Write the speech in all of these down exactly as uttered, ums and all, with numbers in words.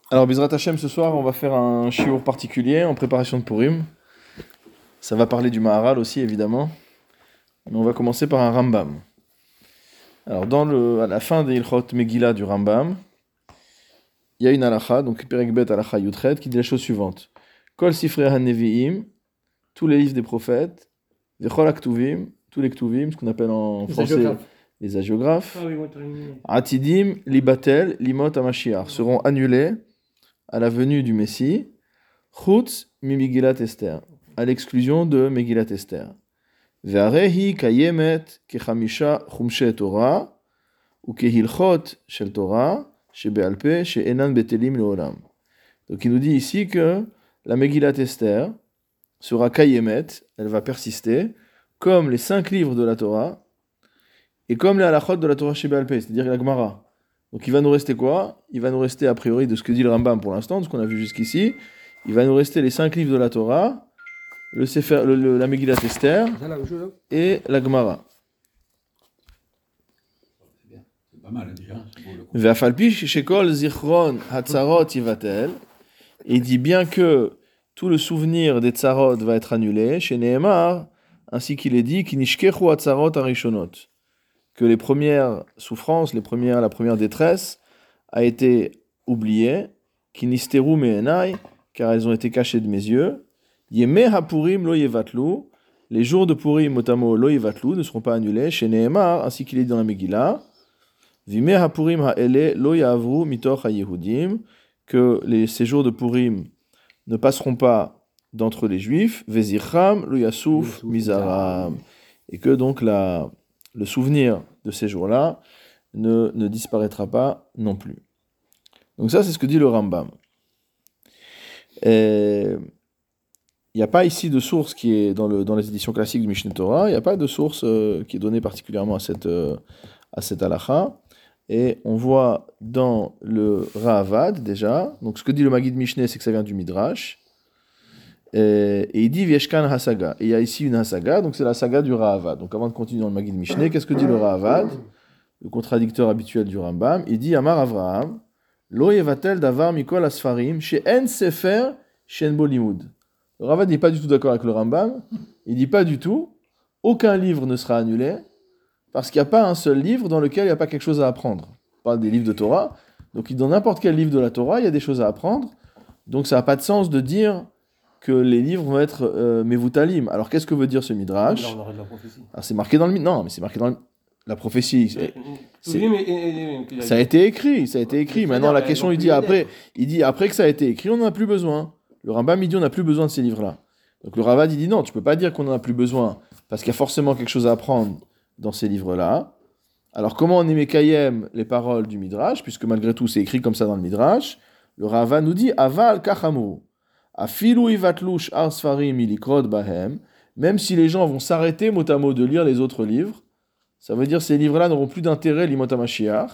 Alors, Bezrat Hashem, ce soir, on va faire un shiur particulier en préparation de Purim. Ça va parler du Maharal aussi, évidemment. Mais on va commencer par un Rambam. Alors, dans le, à la fin des Ilchot Megillah du Rambam, il y a une halakha, donc Perek Bet halakha Yudchet, qui dit la chose suivante. Kol Sifrei HaNevi'im, tous les livres des prophètes, Vechol HaKtuvim, tous les Ktuvim, ce qu'on appelle en Les français hagiographes. les hagiographes, Ah oui, moi, t'as une- Atidim, Libatel, Limot HaMashiach, seront annulés à la venue du Messie, Chutz mi Megillat Esther, à l'exclusion de Megillat Esther. Ve'arehi kayemet kechamisha chumshe Torah, ou kehilchot shel Torah, shebe'alpe, she'enan betelim leolam. Donc il nous dit ici que la Megillat Esther sera kayemet, elle va persister, comme les cinq livres de la Torah, et comme les halachot de la Torah shebe'alpe, c'est-à-dire la Gemara. Donc il va nous rester quoi? Il va nous rester a priori de ce que dit le Rambam pour l'instant, de ce qu'on a vu jusqu'ici. Il va nous rester les cinq livres de la Torah, le Sefer, le, le- la Megillat Esther C'est la même chose, hein. et la Gemara. C'est pas mal déjà. C'est beau, le coup. Ve'afalpi shekol zichron hatzarot yivatel. Et il dit bien que tout le souvenir des tzarot va être annulé, chez Nehemar, ainsi qu'il est dit, ki nishkechu hatzarot harishonot, que les premières souffrances, les premières, la première détresse a été oubliée, ki nisteru me'enai, car elles ont été cachées de mes yeux. Yemeh hapurim lo yevatlu, les jours de Purim motamo lo yevatlu ne seront pas annulés, chez Nehemar, ainsi qu'il est dit dans la Megillah. Vimeh hapurim ha'ele lo ya'avru mitoch ha'yehudim, que les séjours de Purim ne passeront pas d'entre les Juifs, Vezicham lo yasuf mizaram, et que donc la, le souvenir de ces jours-là ne, ne disparaîtra pas non plus. Donc ça, c'est ce que dit le Rambam. Et il n'y a pas ici de source qui est dans, le, dans les éditions classiques du Mishneh Torah, il n'y a pas de source euh, qui est donnée particulièrement à cette, euh, à cette halakha. Et on voit dans le Ra'avad déjà, donc ce que dit le Maggid Mishneh, c'est que ça vient du Midrash. Et, et il dit Vieshkan Hasaga. Et il y a ici une Hasaga, donc c'est la saga du Ra'avad. Donc avant de continuer dans le Maggid Mishneh, qu'est-ce que dit le Ra'avad, le contradicteur habituel du Rambam? Il dit Amar Avraham, Lo yevatel davar mikol asfarim, she'en sefer she'en bo limud. Le Ra'avad n'est pas du tout d'accord avec le Rambam. Il dit pas du tout, aucun livre ne sera annulé, parce qu'il n'y a pas un seul livre dans lequel il n'y a pas quelque chose à apprendre. On parle des livres de Torah, donc dans n'importe quel livre de la Torah, il y a des choses à apprendre, donc ça n'a pas de sens de dire que les livres vont être euh, mevutalim. Alors qu'est-ce que veut dire ce Là, Midrash? on aurait de la prophétie. Alors c'est marqué dans le... Non, mais c'est marqué dans le- la prophétie. c'est- c'est- Oui, mais- mais- mais- mais- Ça a été écrit, ça a été écrit. Mais Maintenant, c'est-à-dire, la elles question, ont il plus dit les après, lettres. il dit après que ça a été écrit, on n'en a plus besoin. Le Rambam, il dit on n'a plus besoin de ces livres-là. Donc le Ravad, il dit non, tu peux pas dire qu'on n'en a plus besoin, parce qu'il y a forcément quelque chose à apprendre dans ces livres-là. Alors comment on est Mekayem les paroles du Midrash, puisque malgré tout c'est écrit comme ça dans le Midrash, le Rava nous dit Aval kachamu, afilu ivatlush ar sfarim ilikrod bahem, même si les gens vont s'arrêter mot à mot de lire les autres livres, ça veut dire que ces livres-là n'auront plus d'intérêt limot hamashiach.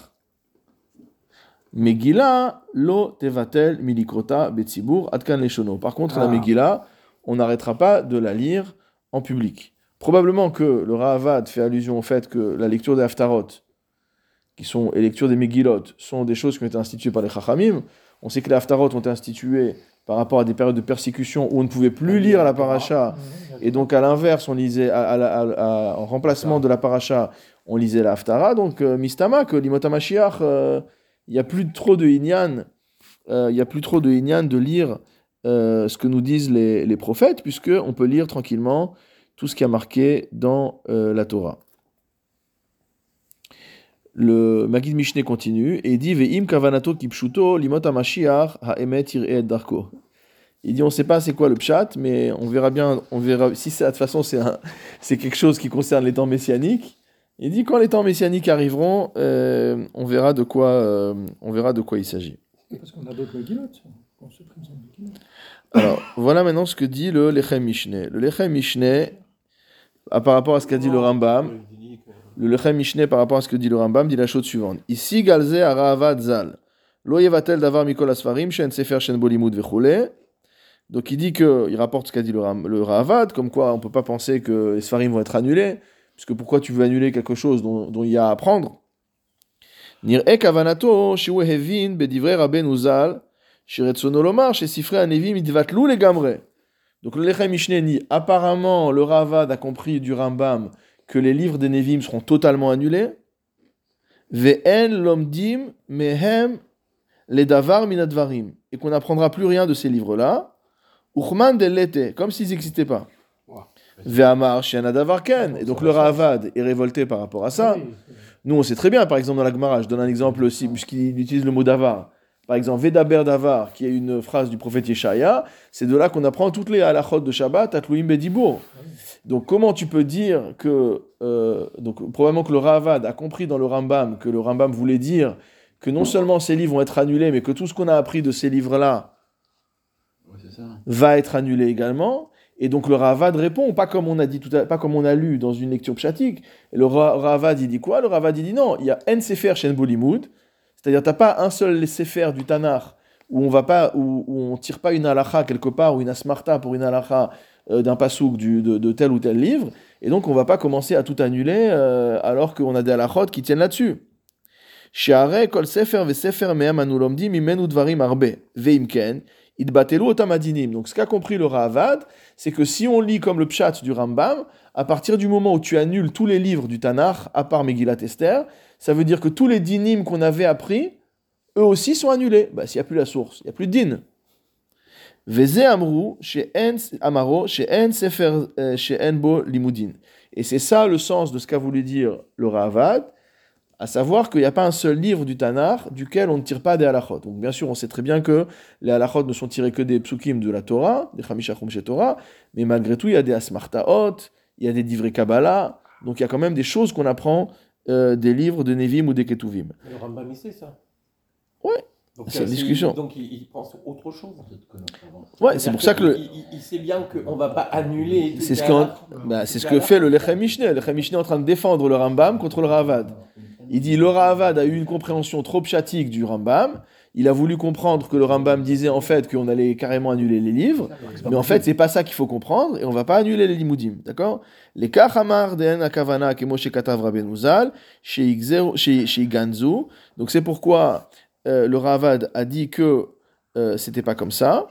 Megillah lo tevatel milikrota betzibur adkan leshono. Par contre, la Ah. Megillah, on n'arrêtera pas de la lire en public. Probablement que le Ra'avad fait allusion au fait que la lecture des Haftarot, qui sont, et lecture des Megillot, sont des choses qui ont été instituées par les Chachamim. On sait que les Haftarot ont été instituées par rapport à des périodes de persécution où on ne pouvait plus lire la paracha, et donc à l'inverse, on lisait, à, à- à- à- en remplacement de la paracha, on lisait la Haftara. Donc, euh, Mistama, que l'Imot HaMashiach, euh, il n'y a plus trop de Inyan, euh, il y a plus trop de Inyan de lire euh, ce que nous disent les, les prophètes, puisqu'on peut lire tranquillement tout ce qui a marqué dans euh, la Torah. Le Maggid Mishneh continue et il dit Ve'im kavanato kipshuto limot hamashiach ha'emet yir'eh et darko. Il dit on ne sait pas c'est quoi le pshat, mais on verra bien, on verra si c'est de toute façon c'est un, c'est quelque chose qui concerne les temps messianiques. Il dit quand les temps messianiques arriveront, euh, on verra de quoi, euh, on verra de quoi il s'agit. Parce qu'on a d'autres Megillot. On supprime ça, Megillot. Alors voilà maintenant ce que dit le Lechem Mishneh. Le Lechem Mishneh, à- par rapport à ce qu'a dit le Rambam. Le Lechem Mishneh, par rapport à ce que dit le Rambam, dit la chose suivante. Ici, Galze a Ra'avad Zal. Lo yevatel davar mikol asfarim, shen sefer shen bolimud vechule. Donc il dit que, il rapporte ce qu'a dit le, Ram- le Ra'avad, comme quoi on peut pas penser que les sfarim vont être annulés, puisque pourquoi tu veux annuler quelque chose dont, dont il y a à apprendre? Nir'e kavanato shiu hevin bedivrei Rabbeinu Zal, Shiretsono Lomar, chez Sifrei Anevim, Idvatlou les Gamre. Donc le Lechem Mishneh dit apparemment le Ravad a compris du Rambam que les livres des Nevim seront totalement annulés. Ve'en lomdim mehem les davar minadvarim. Et qu'on n'apprendra plus rien de ces livres-là. Uchman delete, comme s'ils n'existaient pas. Ve'amar she'ana davar ken. Et donc le Ravad est révolté par rapport à ça. Nous on sait très bien, par exemple dans la Gemara, je donne un exemple aussi, puisqu'il utilise le mot davar. Par exemple, Vedaber Davar, qui est une phrase du prophète Yeshaya, c'est de là qu'on apprend toutes les halachot de Shabbat, Atlouim Bedibour. Donc, comment tu peux dire que, euh, donc probablement que le Ravad a compris dans le Rambam que le Rambam voulait dire que non seulement ces livres vont être annulés, mais que tout ce qu'on a appris de ces livres-là Ouais, c'est ça. va être annulé également. Et donc le Ravad répond, pas comme on a dit tout à, pas comme on a lu dans une lecture pshatique. Et le Ra- Ravad il dit quoi? Le Ravad il dit non, il y a En Sefer Shen Bolimoud. C'est-à-dire, tu n'as pas un seul sefer du Tanakh où on va pas, où, où on tire pas une halacha quelque part, ou une asmarta pour une halacha euh, d'un pasouk du, de, de tel ou tel livre, et donc on va pas commencer à tout annuler euh, alors qu'on a des halachot qui tiennent là-dessus. She'arei kol sefer ve sefer mehem anu lomdim mimenu dvarim arbe veim ken idbatelu otam adinim. Donc ce qu'a compris le Ravad, c'est que si on lit comme le pshat du Rambam, à partir du moment où tu annules tous les livres du Tanakh, à part Megillat Esther, ça veut dire que tous les dinim qu'on avait appris, eux aussi sont annulés. Bah, s'il n'y a plus la source, il n'y a plus de din. Veze amru, chez Amaro, chez En Sefer, chez En Bo Limudin. Et c'est ça le sens de ce qu'a voulu dire le Ravad, à savoir qu'il n'y a pas un seul livre du Tanakh duquel on ne tire pas des halachot. Donc bien sûr, on sait très bien que les halachot ne sont tirés que des psukim de la Torah, des Chamisha Chumshe Torah, mais malgré tout, il y a des asmartaot, il y a des divrei Kabbalah, donc il y a quand même des choses qu'on apprend Euh, des livres de Nevim ou des Ketuvim. Mais le Rambam, il sait ça. Ouais, Donc, c'est euh, une discussion. Donc il, il pense autre chose. Ouais, c'est pour ça que le... il, il, il sait bien qu'on ne va pas annuler. C'est ce, bah, c'est ce que fait le Lechem Mishneh. Le Lechem Mishneh est en train de défendre le Rambam contre le Ravad. Il dit le Ravad a eu une compréhension trop pshatique du Rambam. Il a voulu comprendre que le Rambam disait en fait qu'on allait carrément annuler les livres, mais en fait c'est pas ça qu'il faut comprendre et on va pas annuler les limudim, d'accord? Les kachamar den akavana kemo shekatav Rabbeinu Zal chez chez Ganzu. Donc c'est pourquoi euh, le Ravad a dit que euh, c'était pas comme ça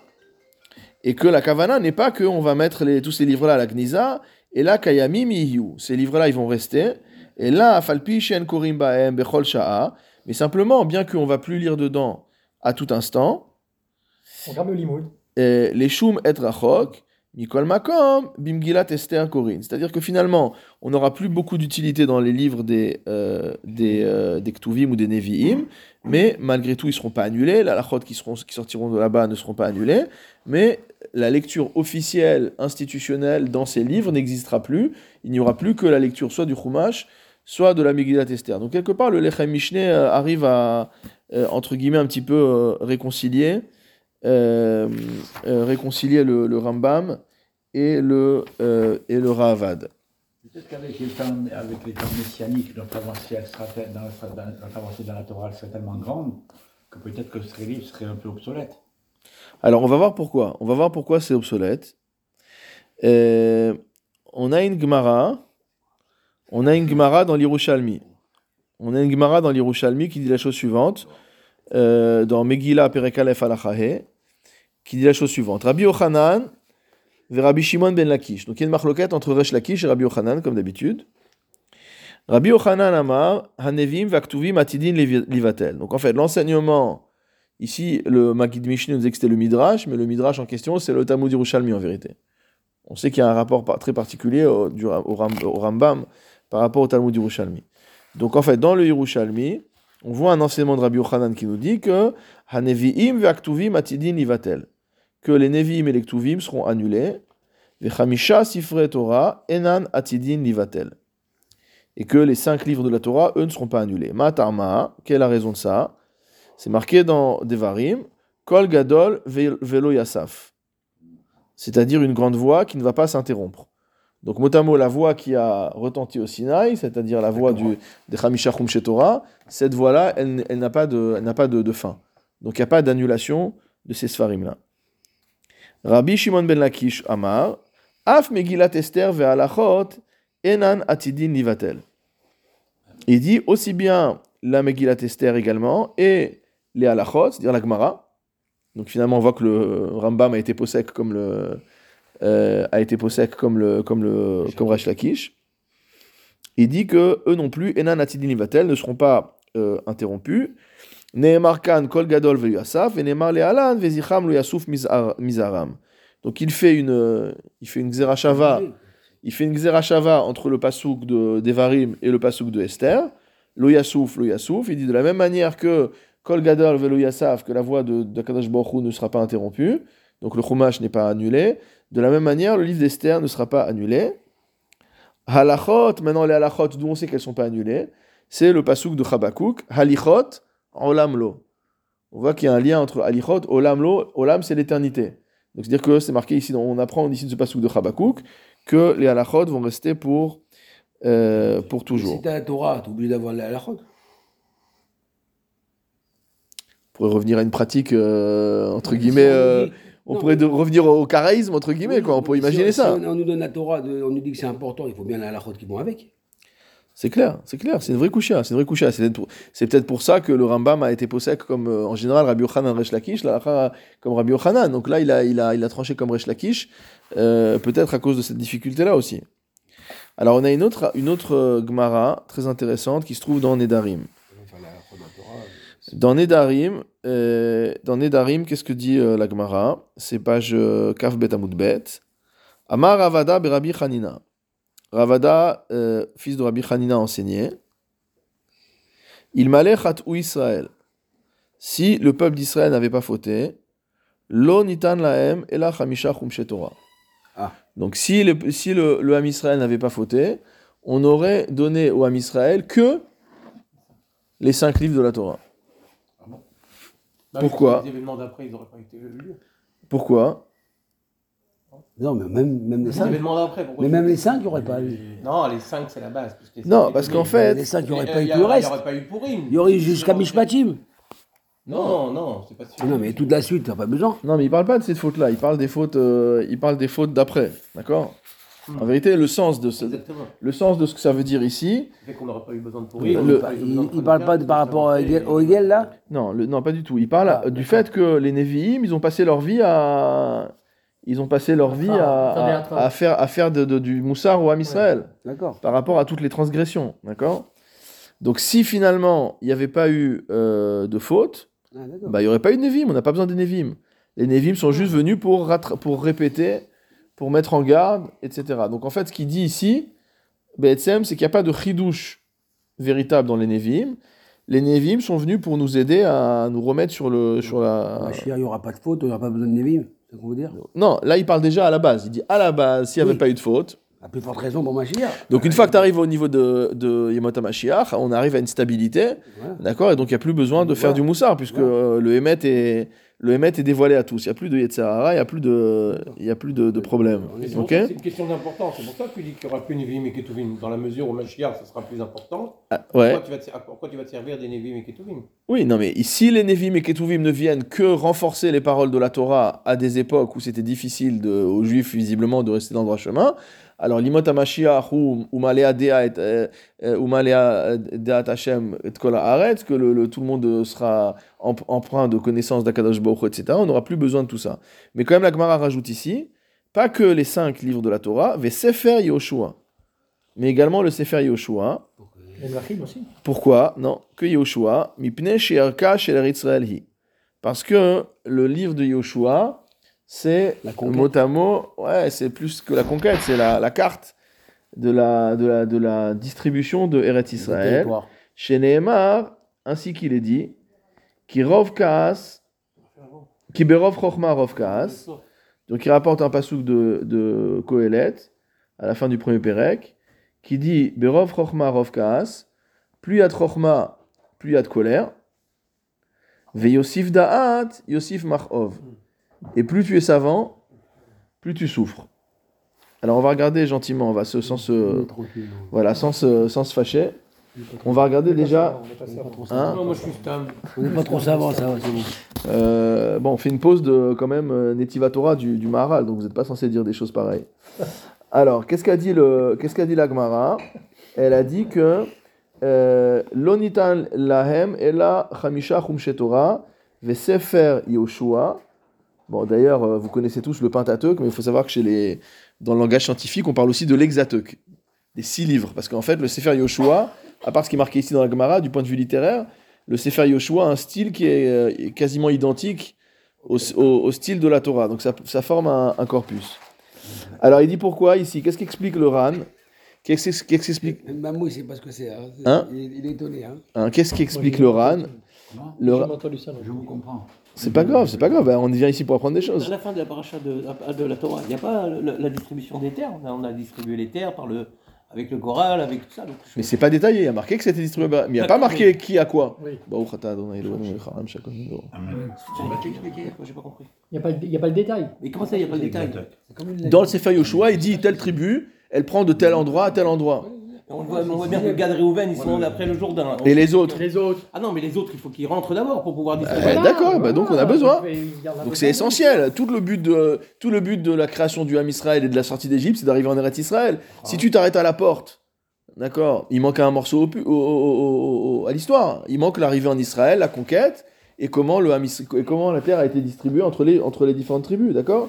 et que la kavana n'est pas que on va mettre les, tous ces livres-là à la Gniza et là kayamim yiyu. Ces livres-là ils vont rester et là afalpi shen korim baem bechol sha'a. Mais simplement, bien qu'on va plus lire dedans à tout instant, on garde le limoud. Les shum et rachok, mikol makom, bimgilat Esther korin. C'est-à-dire que finalement, on n'aura plus beaucoup d'utilité dans les livres des, euh, des, euh, des Ktuvim ou des Nevi'im, mais malgré tout, ils ne seront pas annulés. Les halachot qui, seront, qui sortiront de là-bas ne seront pas annulés, mais la lecture officielle, institutionnelle dans ces livres n'existera plus. Il n'y aura plus que la lecture soit du Chumash, soit de la Megillat Esther. Donc quelque part, le Lechem Mishneh euh, arrive à, euh, entre guillemets, un petit peu euh, réconcilier, euh, euh, réconcilier le, le Rambam et le, euh, et le Ravad. Peut-être qu'avec les temps, avec les temps messianiques, notre avancée, elle sera, dans, la, dans, notre avancée dans la Torah elle serait tellement grande que peut-être que ce livre serait un peu obsolète. Alors on va voir pourquoi. On va voir pourquoi c'est obsolète. Euh, on a une Gemara... On a une Gemara dans l'Yerushalmi. On a une Gemara dans l'Yerushalmi qui dit la chose suivante, euh, dans Megillah Perek Aleph Halachahe, qui dit la chose suivante. Rabbi Yochanan et Rabbi Shimon ben Lakish. Donc il y a une marloquette entre Resh Lakish et Rabbi Yochanan, comme d'habitude. Rabbi Yochanan Amar, Hanevim Vaktuvim Atidin Livatel. Donc en fait, l'enseignement, ici, le Magid Mishneh nous disait que c'était le Midrash, mais le Midrash en question, c'est le Talmud Yerushalmi en vérité. On sait qu'il y a un rapport très particulier au, du, au, au Rambam par rapport au Talmud Yerushalmi. Donc en fait, dans le Yerushalmi, on voit un enseignement de Rabbi Yochanan qui nous dit que Hanevi'im ve'aktuvim atidin livatel, que les Nevi'im et les Ktuvim seront annulés, ve'chamisha sifrei Torah enan atidin livatel, et que les cinq livres de la Torah, eux, ne seront pas annulés. Ma'atarma, quelle est la raison de ça? C'est marqué dans Devarim, kol gadol velo yasaf, c'est-à-dire une grande voix qui ne va pas s'interrompre. Donc, mot à mot, la voix qui a retenti au Sinaï, c'est-à-dire la voix du, des Chamisha Chumshe Torah, cette voix-là, elle, elle n'a pas, de, elle n'a pas de, de fin. Donc, il n'y a pas d'annulation de ces Sfarim-là. Rabbi Shimon ben Lakish Amar, Af Megillat Esther ve'alachot enan atidin livatel. Il dit aussi bien la Megillat Esther également et les halachot, c'est-à-dire la Gemara, Donc finalement, on voit que le Rambam a été possèque comme le euh, a été possèque comme le comme le comme Resh Lakish. Il dit que eux non plus, Enan Atidin Livatel, ne seront pas euh, interrompus. Nehemar kan kol gadol ve'yasaf, et Nehemar le'alan ve'zicham lo yasuf mizaram. Donc il fait une il fait une xerashava, il fait une xerashava entre le pasouk de d'Evarim et le pasouk de Esther. Lo yasuf lo yasuf. Il dit de la même manière que kol gadol ve'lo yasaf, que la voix de d'Akadosh Baruch Hu ne sera pas interrompue. Donc le chumash n'est pas annulé. De la même manière, le livre d'Esther ne sera pas annulé. Halachot, maintenant les halachot, d'où on sait qu'elles ne sont pas annulées, c'est le pasouk de Chabakouk, Halichot, Olam lo. On voit qu'il y a un lien entre Halichot, Olam lo, Olam c'est l'éternité. Donc c'est-à-dire que c'est marqué ici, on apprend ici de ce pasouk de Chabakouk, que les halachot vont rester pour, euh, pour toujours. Si tu as la Torah, tu es obligé d'avoir les halachot. On pourrait revenir à une pratique, euh, entre guillemets, euh, on non, pourrait de revenir au karaïsme, entre guillemets, oui, quoi. On peut imaginer si ça. On, on nous donne la Torah, de, on nous dit que c'est important, il faut bien les halachot qui vont avec. C'est clair, c'est clair, c'est une vraie coucha, c'est une vraie coucha. C'est peut-être pour, c'est peut-être pour ça que le Rambam a été possèque comme, euh, en général, Rabbi Yochanan Resh Lakish, là, comme Rabbi Yochanan. Donc là, il a, il a, il a tranché comme Resh Lakish, euh, peut-être à cause de cette difficulté-là aussi. Alors on a une autre, une autre euh, Gemara très intéressante qui se trouve dans Nedarim. Dans Nedarim, euh, dans Nedarim, qu'est-ce que dit euh, la Gemara? C'est page euh, Kaf Bet Amud Bet. Amar Ravada Berabi Chanina. Ravada, euh, fils de Rabbi Chanina, enseignait. Il malé ou Israël. Si le peuple d'Israël n'avait pas fauté, lo nitan lahem ela chamisha chumshe Torah. Donc si le si le, le Ham Israël n'avait pas fauté, on aurait donné au Ham Israël que les cinq livres de la Torah. Ah bon? Bah, pourquoi? Les événements d'après, ils n'auraient pas été lus. Pourquoi? Non, mais même, même les cinq. Les événements d'après, mais même les cinq, il n'y aurait pas eu. Non, les cinq, c'est la base. Parce que non, parce qu'en fait. Les cinq, il n'y aurait mais, pas euh, eu tout le reste. Il n'y aurait pas eu Pourim. Il y aurait eu jusqu'à Mishpatim. Non, non, c'est pas sûr. Non, mais toute la suite, tu n'as pas besoin. Non, mais il ne parle pas de cette faute-là, il parle des fautes, euh, il parle des fautes d'après, d'accord? Hmm. En vérité, le sens, de ce, le sens de ce que ça veut dire ici... C'est qu'on n'aurait pas eu besoin de Pourim. Le, il ne parle pas de, par rapport au Hegel, là? Non, le, non, pas du tout. Il parle ah, du fait que les Nevi'im, ils ont passé leur vie à... Ils ont passé leur vie à, à, à faire, à faire de, de, du moussar au Ham Israël, ouais. Par rapport à toutes les transgressions, d'accord? Donc si finalement il n'y avait pas eu euh, de faute, ah, bah, il n'y aurait pas eu de Nevi'im, on n'a pas besoin des Nevi'im. Les Nevi'im sont juste venus pour, rattra- pour répéter, pour mettre en garde, et cetera. Donc en fait, ce qu'il dit ici, B'etzem, c'est qu'il n'y a pas de chidouche véritable dans les Nevi'im. Les Nevi'im sont venus pour nous aider à nous remettre sur, le, sur la... Il n'y aura pas de faute, il n'y aura pas besoin de Nevi'im. C'est ce qu'on veut dire? Non, là il parle déjà à la base. Il dit à la base, s'il n'y avait oui. pas eu de faute. La plus forte raison pour Mashiach. Donc une fois que tu arrives au niveau de, de Yemot HaMashiach, on arrive à une stabilité, ouais. D'accord? Et donc il n'y a plus besoin de ouais. faire du moussar, puisque ouais. euh, le Hémet est, le Hémet est dévoilé à tous. Il n'y a plus de Yetzer Hara, il n'y a plus de, il y a plus de, de problème. C'est, okay? C'est une question d'importance. C'est pour ça que tu dis qu'il n'y aura plus Nevi'im et Ketuvim. Dans la mesure où Mashiach, ça sera plus important. Ah, ouais. pourquoi, tu vas te, pourquoi tu vas te servir des Nevi'im et Ketuvim? Oui, non, mais ici, les Nevi'im et Ketuvim ne viennent que renforcer les paroles de la Torah à des époques où c'était difficile de, aux Juifs, visiblement, de rester dans le droit chemin. Alors, l'imot HaMashiach ou Umalea Deat Hashem et Kol Haaretz, que le, le, tout le monde sera empreint de connaissances d'Akadosh Baruch Hu, et cetera. On n'aura plus besoin de tout ça. Mais quand même, la Gemara rajoute ici, pas que les cinq livres de la Torah, mais Sefer Yehoshua, mais également le Sefer Yehoshua. Et le Machim aussi. Pourquoi? Non, que Yehoshua, Mipnei She'arka Shel Israël Hi. Parce que le livre de Yehoshua, c'est mot à mot, ouais, c'est plus que la conquête, c'est la, la carte de la, de, la, de la distribution de Eretz Israël. Chez Nehemar, ainsi qu'il est dit, qui rov kaas, qui berov chochma rov kaas. Donc il rapporte un pasouk de, de Kohelet, à la fin du premier Pérec, qui dit berov chochma rov kaas, plus il y a de chochma, plus il y a de colère. Ve yosif da'at, yosif machov. Et plus tu es savant, plus tu souffres. Alors on va regarder gentiment, on va se, sans se, voilà, sans se, sans se fâcher. On va regarder déjà. Hein? Non, moi je suis stable. On n'est pas trop savant, ça va, c'est bon. Euh, bon, on fait une pause de quand même euh, Netiva Torah du, du Maharal, donc vous n'êtes pas censé dire des choses pareilles. Alors, qu'est-ce qu'a dit le, qu'est-ce qu'a dit la Gemara? Elle a dit que Lonitan lahem ela chamisha chumshe Torah. Vesefer Yoshua. Bon, d'ailleurs, euh, vous connaissez tous le Pentateuque, mais il faut savoir que chez les... dans le langage scientifique, on parle aussi de l'Hexateuque, des six livres. Parce qu'en fait, le Sefer Yoshua, à part ce qui est marqué ici dans la Gemara, du point de vue littéraire, le Sefer Yoshua a un style qui est euh, quasiment identique au, au, au style de la Torah. Donc ça, ça forme un, un corpus. Alors il dit pourquoi ici? Qu'est-ce qu'explique le Ran? Qu'est-ce qu'est-ce qu'explique Mamou, il sait pas ce que c'est. Hein. Hein il, il est étonné. Hein. hein, Qu'est-ce qu'explique le Ran? Non, Le Ra- J'ai entendu ça. je vous comprends. C'est pas grave, c'est pas grave. On vient ici pour apprendre des À choses. la fin de la paracha de, de la Torah, il n'y a pas la, la distribution des terres. On a, on a distribué les terres par le, avec le Goral, avec tout ça. Donc, je- Mais c'est pas détaillé. Il y a marqué que c'était distribué, mais il n'y a pas D'accord, marqué qui a quoi. Oui. Baruch atah Adonai Eloheinu melech haolam she'akol nidor. Amen. Tu expliqué Moi, j'ai pas compris. Il n'y a, pas le- il y a pas le détail. Mais comment ça, il n'y a pas le détail? C'est comme une Dans le Sefer Yoshua, il dit telle tribu, elle prend de tel endroit à tel endroit. On voit, on voit bien que Gad Réhouven, ils sont après le Jourdain. Et les autres. Les autres. Ah non, mais les autres, il faut qu'ils rentrent d'abord pour pouvoir distribuer. Euh, d'accord, bah donc on a besoin. Il garde la Donc c'est essentiel. Tout le but de tout le but de la création du Ham Israël et de la sortie d'Égypte, c'est d'arriver en Eretz Israël. Si tu t'arrêtes à la porte, d'accord, il manque un morceau au pu- au- au- au- au- à l'histoire. Il manque l'arrivée en Israël, la conquête et comment le Ham Is- et comment la terre a été distribuée entre les entre les différentes tribus, d'accord.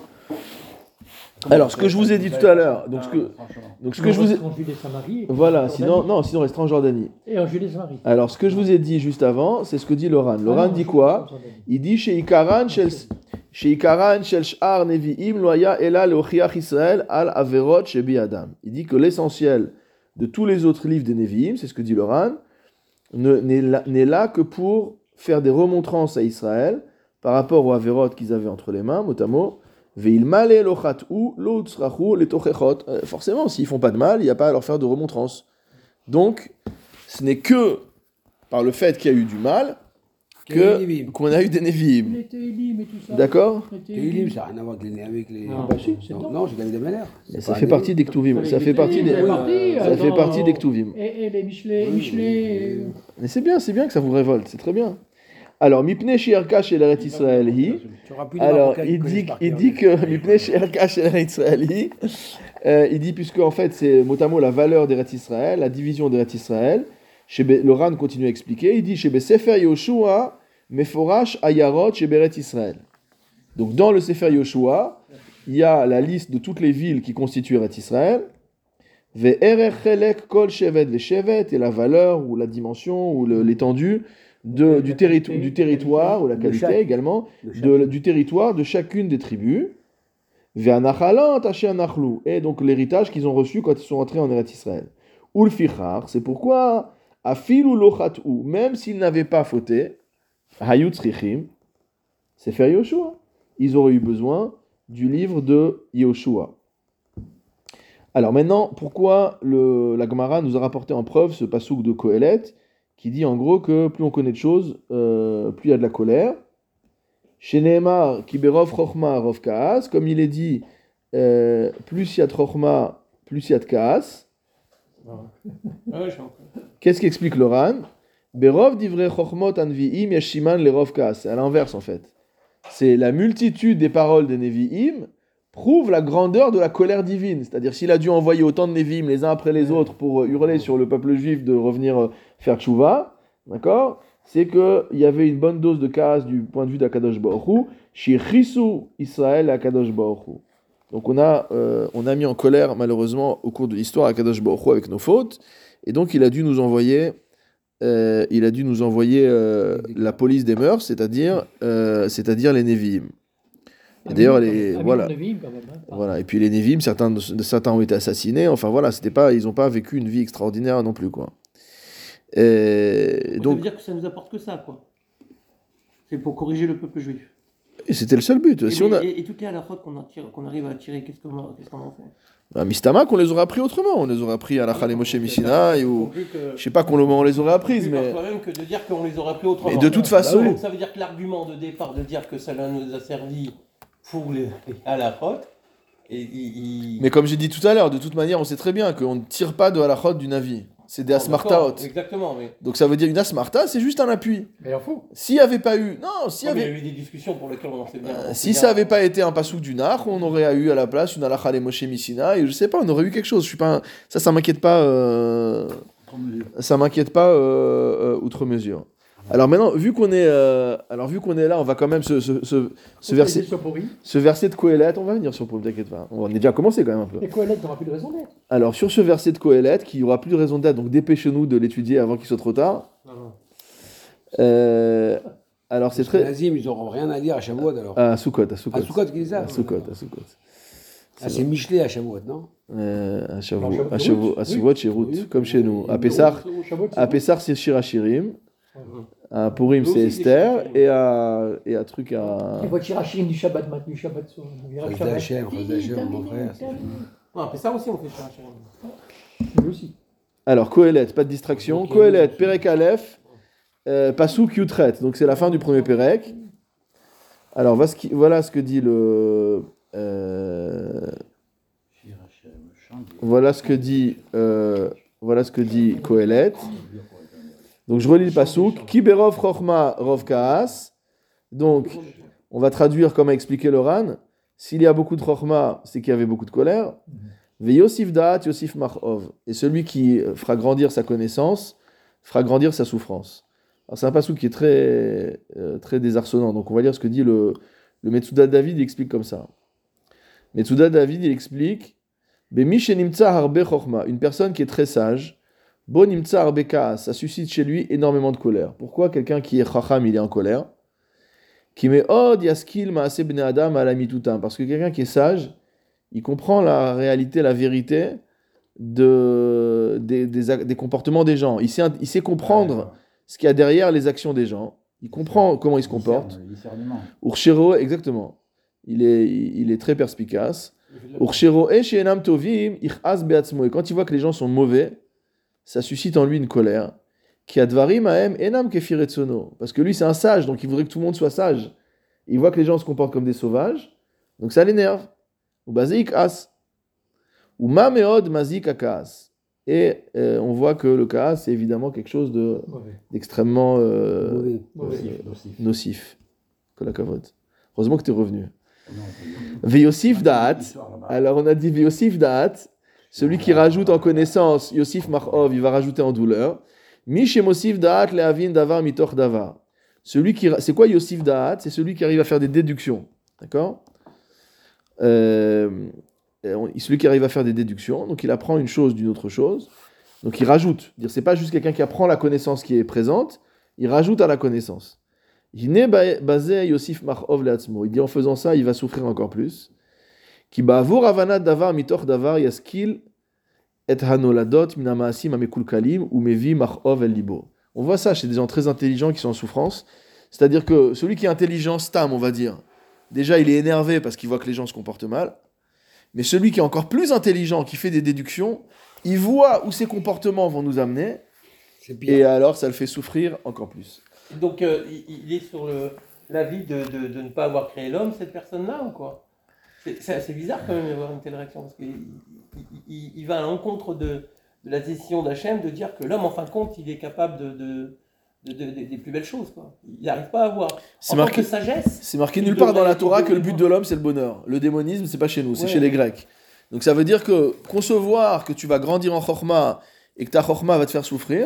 Alors ce que je vous ai dit tout à l'heure, donc ce que donc ce que je vous ai En Judée Samarie. voilà, sinon non, sinon on restera en Jordanie. Et en Judée Samarie. Alors ce que je vous ai dit juste avant, c'est ce que dit Loran. Loran dit quoi? Il dit chez Ikaran shel chez Ikaran shel sh'ar nevi'im lo haya ela leochiach Israël al averot shebi adam. Il dit que l'essentiel de tous les autres livres des Nevi'im, c'est ce que dit Loran, ne- n'est là, n'est là que pour faire des remontrances à Israël par rapport aux averot qu'ils avaient entre les mains, mot à mot. Ve'il male lo chat'u lo tzrachu le tochechot. Euh, Forcément, s'ils font pas de mal, il n'y a pas à leur faire de remontrances. Donc, ce n'est que par le fait qu'il y a eu du mal Qu'il y a eu que des Nevi'im. qu'on a eu des Nevi'im. Les Télim et tout ça. D'accord? Les Télim, ça n'a rien à voir avec les. Avec les... Non, bah si, c'est non, dedans. non, j'ai gagné des malheurs. Mais ça fait partie des Ktuvim. Ça fait partie des, Ça fait partie, ça fait attends, partie des Ktuvim. Et, et les Michelet, Michelet. euh, Mais c'est bien, c'est bien que ça vous révolte, c'est très bien. Alors, Mipnei She'erka Shel Eretz Israël hi. Tu auras plus de Alors, Marocains qui il connaissent dit, par il cœur. dit que Mipnei She'erka Shel Eretz Israël hi, euh, il dit puisque en fait c'est mot à mot la valeur d'Eretz Israël, la division d'Eretz Israël. Chez Be- le Ran continue à expliquer. Il dit chez Be Sefer Yoshua Meforash Ayarot chez Beret Israël. Donc dans le Sefer Yoshua, il y a la liste de toutes les villes qui constituent Eretz Israël. Ve'erech chelek kol shevet ve'shevet, et la valeur ou la dimension ou le- l'étendue de, du, territo- du territoire ou la De qualité chaque- également de chaque- de- du territoire de chacune des tribus. Ve'anachalant asher anachlu, et donc l'héritage qu'ils ont reçu quand ils sont entrés en Eretz Israël. Ulfichar, c'est pourquoi afilu lochat'u, même s'ils n'avaient pas fauté, hayut tzrichim, c'est faire Yoshua. Ils auraient eu besoin du livre de Yoshua. Alors maintenant, pourquoi le, la Gemara nous a rapporté en preuve ce passouk de Kohelet qui dit en gros que plus on connaît de choses, euh, plus il y a de la colère. Chez Nehemar, Kiberov Chochma Rov Kaas, comme il est dit, euh, plus il y a de Chochma, plus il y a de Kaas. Ouais, je comprends. Qu'est-ce qu'explique le Ran? Berov divrei Chochmot Anvi'im Yashiman le Rov Kaas. C'est à l'inverse en fait. C'est la multitude des paroles des Nevi'im prouve la grandeur de la colère divine. C'est-à-dire s'il a dû envoyer autant de Nevi'im les uns après les autres pour hurler sur le peuple juif de revenir euh, faire tchouva, d'accord, c'est qu'il y avait une bonne dose de Kaas du point de vue d'Akadosh Baruch Hu, Shichisu Israël Akadosh Baruch Hu. Donc on a, euh, on a mis en colère malheureusement au cours de l'histoire Akadosh Baruch Hu avec nos fautes, et donc il a dû nous envoyer, euh, il a dû nous envoyer euh, la police des mœurs, c'est-à-dire, euh, c'est-à-dire les Nevi'im. Et d'ailleurs, les, voilà. Voilà. Et puis les Nevi'im, certains, de- certains ont été assassinés. Enfin voilà, c'était pas, ils n'ont pas vécu une vie extraordinaire non plus, quoi. Et Donc, ça donc, veut dire que ça nous apporte que ça, quoi. C'est pour corriger le peuple juif. et c'était le seul but. Et, Si on a, et, et toutes les halakhot qu'on attire- qu'on arrive à tirer, qu'est-ce qu'on en, qu'est-ce qu'on en fait? bah, Mistama, qu'on les aurait appris autrement. On les aurait appris à la Chale Moshe Mishinaï ou, Vu que- je sais pas comment on les aurait apprises, vu par mais toi-même que de dire qu'on les aurait pris autrement. Mais de toute façon- Bah oui, ça veut dire que l'argument de départ de dire que cela nous a servi pour les halakhot, et il. il- mais comme j'ai dit tout à l'heure, de toute manière, on sait très bien qu'on ne tire pas de halachot d'une avis. C'est des Oh, asmartaot. d'accord, Exactement, mais. Donc ça veut dire une asmarta, c'est juste un appui. Mais en fou. S'il n'y avait pas eu, non, s'il y Ouais, mais avait, il y a eu des discussions pour lesquelles on en sait bien. Euh, on sait si bien- ça n'avait pas été un passouk du Nar, on aurait eu à la place une halakha les Moshe Missina, et je sais pas, on aurait eu quelque chose. Je suis pas, un- ça, ça m'inquiète pas, euh, Trop mesure. ça m'inquiète pas euh, euh, outre mesure. Alors maintenant, vu qu'on est, euh, alors vu qu'on est là, on va quand même se, se, se, ce verset, ce verset de Kohelet, on va venir sur Purim, t'inquiète pas. On est déjà commencé quand même un peu. Et Kohelet n'aura plus de raison d'être. Alors sur ce verset de Kohelet, qui n'y aura plus de raison d'être, donc dépêchez-nous de l'étudier avant qu'il soit trop tard. Non, non. Euh, alors c'est Les très... Nazim, ils n'auront rien à dire à Shavuot alors. À Soukot, à Soukot. À Soukot qui dit ça À Soukot, à Soukot. Ah, c'est Michelet à Shavuot, non Euh, à Non, Shavuot, Shavuot, à Shavuot, à oui. Shavuot, chez Ruth, Oui. comme chez nous. À Au- Pessah, au- au Shavuot, c'est à bon. Pessah c'est Shirachirim, à Purim Nous c'est aussi, c'est Esther, Shirachirim. et à, et à truc à... Il voit Chirachirim du Shabbat, mat- du Shabbat. sur- du Shabbat. Chazda Hashem, Chazda Hashem, mon frère. c'est- Non, mais ça aussi, on fait ça. Lui aussi. Alors, Kohelet, pas de distraction. Kohelet, Perek Aleph, euh, Pasuk Yutret. Donc, c'est la fin du premier Perek. Alors, voilà ce, qui- voilà ce que dit le. euh, voilà ce que dit. euh, voilà ce que dit Kohelet. Donc, je relis le Pasuk. Kiberov Chochma Rov Kaas. Donc, on va traduire comme a expliqué le Ran. S'il y a beaucoup de Chochma, c'est qu'il y avait beaucoup de colère. Ve Yosif Da'at, Yosif Mar'ov. Et celui qui fera grandir sa connaissance, fera grandir sa souffrance. Alors c'est un passage qui est très, euh, très désarçonnant. Donc on va lire ce que dit le, le Metsuda David, il explique comme ça. Metsuda David, il explique Bemi shenimtsa harbe chochma, une personne qui est très sage, bo nimtsa harbe kaas, ça suscite chez lui énormément de colère. Pourquoi quelqu'un qui est chacham, il est en colère? Qui met od yaskil maase bnei adam ala mitutam, parce que quelqu'un qui est sage, il comprend la réalité, la vérité de, des, des, ac- des comportements des gens. Il sait, il sait comprendre ce qu'il y a derrière les actions des gens. Il comprend comment ils se comportent. Le discernement. Urshero, exactement. Il est, il est très perspicace. Urshero e she'enam tovim ichaz be'atzmo. Et quand il voit que les gens sont mauvais, ça suscite en lui une colère. Ki advarim ahem enam kefir etzono. Parce que lui, c'est un sage, donc il voudrait que tout le monde soit sage. Il voit que les gens se comportent comme des sauvages, donc ça l'énerve. Ou bazik as. Ou ma meod mazik akaas. Et euh, on voit que le kaas, c'est évidemment quelque chose de, Mauvais. d'extrêmement euh, Mauvais. Mauvais. Nocif, nocif. nocif. Kolakavod. Heureusement que tu es revenu. Non, Veyosif da'at. l'histoire, là-bas. Alors on a dit Veyosif da'at. Celui qui rajoute en connaissance, Yosif mar'ov, il va rajouter en douleur. Mi shemosif da'at le'avin davar mitoch davar. Celui qui, c'est quoi Yosif da'at? C'est celui qui arrive à faire des déductions. D'accord? Euh, celui qui arrive à faire des déductions, donc il apprend une chose d'une autre chose, donc il rajoute. Dire, c'est pas juste quelqu'un qui apprend la connaissance qui est présente, il rajoute à la connaissance. Il n'est basé Yosif Mar'ov le'atzmo. Il dit en faisant ça, il va souffrir encore plus. Ki ba'avur avanat davar mitoch davar yaskil et hanoladot minamaasim amekulkalim ou mevi Mar'ov el libo. On voit ça chez des gens très intelligents qui sont en souffrance. C'est-à-dire que celui qui est intelligent, stam, on va dire, déjà il est énervé parce qu'il voit que les gens se comportent mal. Mais celui qui est encore plus intelligent, qui fait des déductions, il voit où ces comportements vont nous amener, C'est pire. et alors ça le fait souffrir encore plus. Donc euh, il, il est sur le, l'avis de, de, de ne pas avoir créé l'homme, cette personne-là, ou quoi? C'est, c'est assez bizarre quand même d'avoir une telle réaction, parce qu'il il, il, il va à l'encontre de, de la décision d'Hachem de dire que l'homme, en fin de compte, il est capable de, de, de, de- de- des plus belles choses, quoi. Il n'arrive pas à voir. C'est En marqué- tant que sagesse, C'est marqué Il nulle part dans devrait- la Torah il que le devrait but de l'homme c'est le bonheur. Le démonisme c'est pas chez nous, c'est Ouais. chez les Grecs. Donc ça veut dire que concevoir que tu vas grandir en chorma et que ta chorma va te faire souffrir,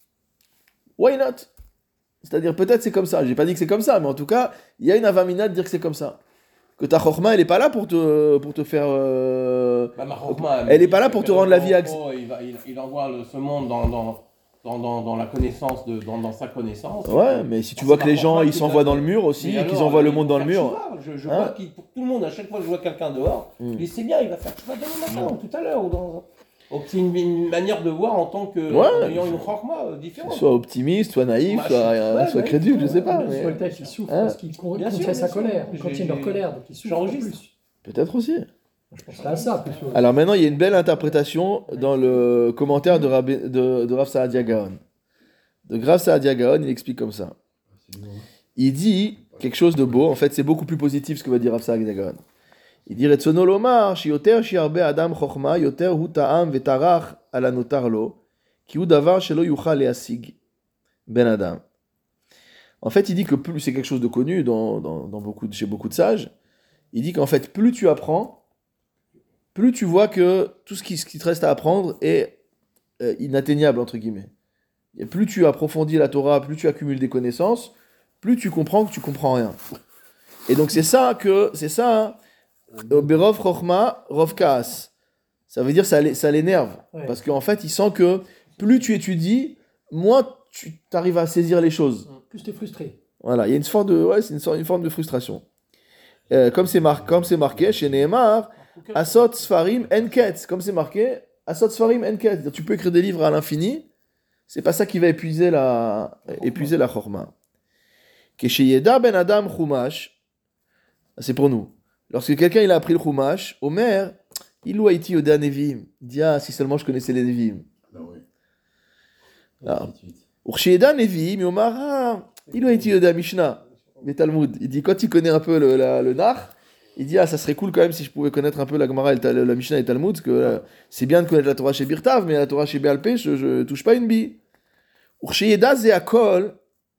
why not? C'est-à-dire peut-être c'est comme ça. J'ai pas dit que c'est comme ça, mais en tout cas il y a une avamina de dire que c'est comme ça. Que ta chorma elle est pas là pour te pour te faire. euh, Bah, ma chokma, Elle mais est pas là pour te rendre la vie il, il, va- il, il envoie le- ce monde dans, dans, dans, dans, dans la connaissance, de, dans, dans sa connaissance. Ouais, mais si tu C'est vois que ma les gens chokma ils qui s'envoient va- dans le mur aussi, Mais et qu'ils alors, envoient le il monde va dans le faire mur. chouva. Je, je Hein vois qu'il, pour tout le monde, à chaque fois que je vois quelqu'un dehors, Mm. il sait bien, il va faire chouva demain matin, ou tout à l'heure. Ou dans... Donc c'est une, une manière de voir en tant que Ouais. en ayant une chokma euh, différente. Soit optimiste, soit naïf, Bah, soit, euh, ouais, soit ouais, crédule, je sais pas. Soit mais le texte, il souffre Hein parce qu'il con- Bien sûr, contient sa bien sûr. colère. Il J'ai- contient leur j'ai- colère, donc il souffre encore j'enregistre. plus. Peut-être aussi. Je pense à ça plus. que- Alors maintenant, il y a une belle interprétation dans le commentaire de, Rabbi- de, de Rav Saadia Gaon. De Rav Saadia Gaon, il explique comme ça. Il dit quelque chose de beau. En fait, c'est beaucoup plus positif ce que va dire Rav Saadia Gaon. Il dit Retsono lomar shiyoter shiarbe adam chochma yoter hu ta'am vetarach ala notar lo ki hu davar shelo yuchal leasig ben adam. En fait, il dit que plus c'est quelque chose de connu dans, dans, dans beaucoup de- chez beaucoup de sages. Il dit qu'en fait, plus tu apprends, plus tu vois que tout ce qui, ce qui te reste à apprendre est euh, inatteignable, entre guillemets. Et plus tu approfondis la Torah, plus tu accumules des connaissances, plus tu comprends que tu comprends rien. Et donc c'est ça que, c'est ça, hein, Berov Chochma, Rov Kaas. Ça veut dire ça, l'é- ça l'énerve. Ouais. Parce qu'en fait, il sent que plus tu étudies, moins tu arrives à saisir les choses. Plus t'es frustré. Voilà, il y a une forme de, ouais, c'est une, sorte- une forme de frustration. Euh, comme c'est mar- comme c'est marqué chez Nehemar, Asot Sfarim Enket. Comme c'est marqué, Asot Sfarim Enket. C'est-à-dire, tu peux écrire des livres à l'infini, c'est pas ça qui va épuiser la, épuiser la chorma. Kesheyeda ben Adam Chumash, c'est pour nous. Lorsque quelqu'un il a appris le Chumash, Omer, il a été Yoda Nevim. Il dit, ah, si seulement je connaissais les Nevim. Ben oui. Ah. Ainsi de suite. Ursheyeda Nevim, Omar, ah, il a été Yoda Mishnah. Mais Talmud, il dit, quand il connaît un peu le, la- le Nar, il dit, ah, ça serait cool quand même si je pouvais connaître un peu la Gemara, et le, Tal- la Mishnah et le Talmud, parce que euh, c'est bien de connaître la Torah chez Birtav, mais la Torah chez Béalpé, je, je touche pas une bille. Ursheyeda Zeakol,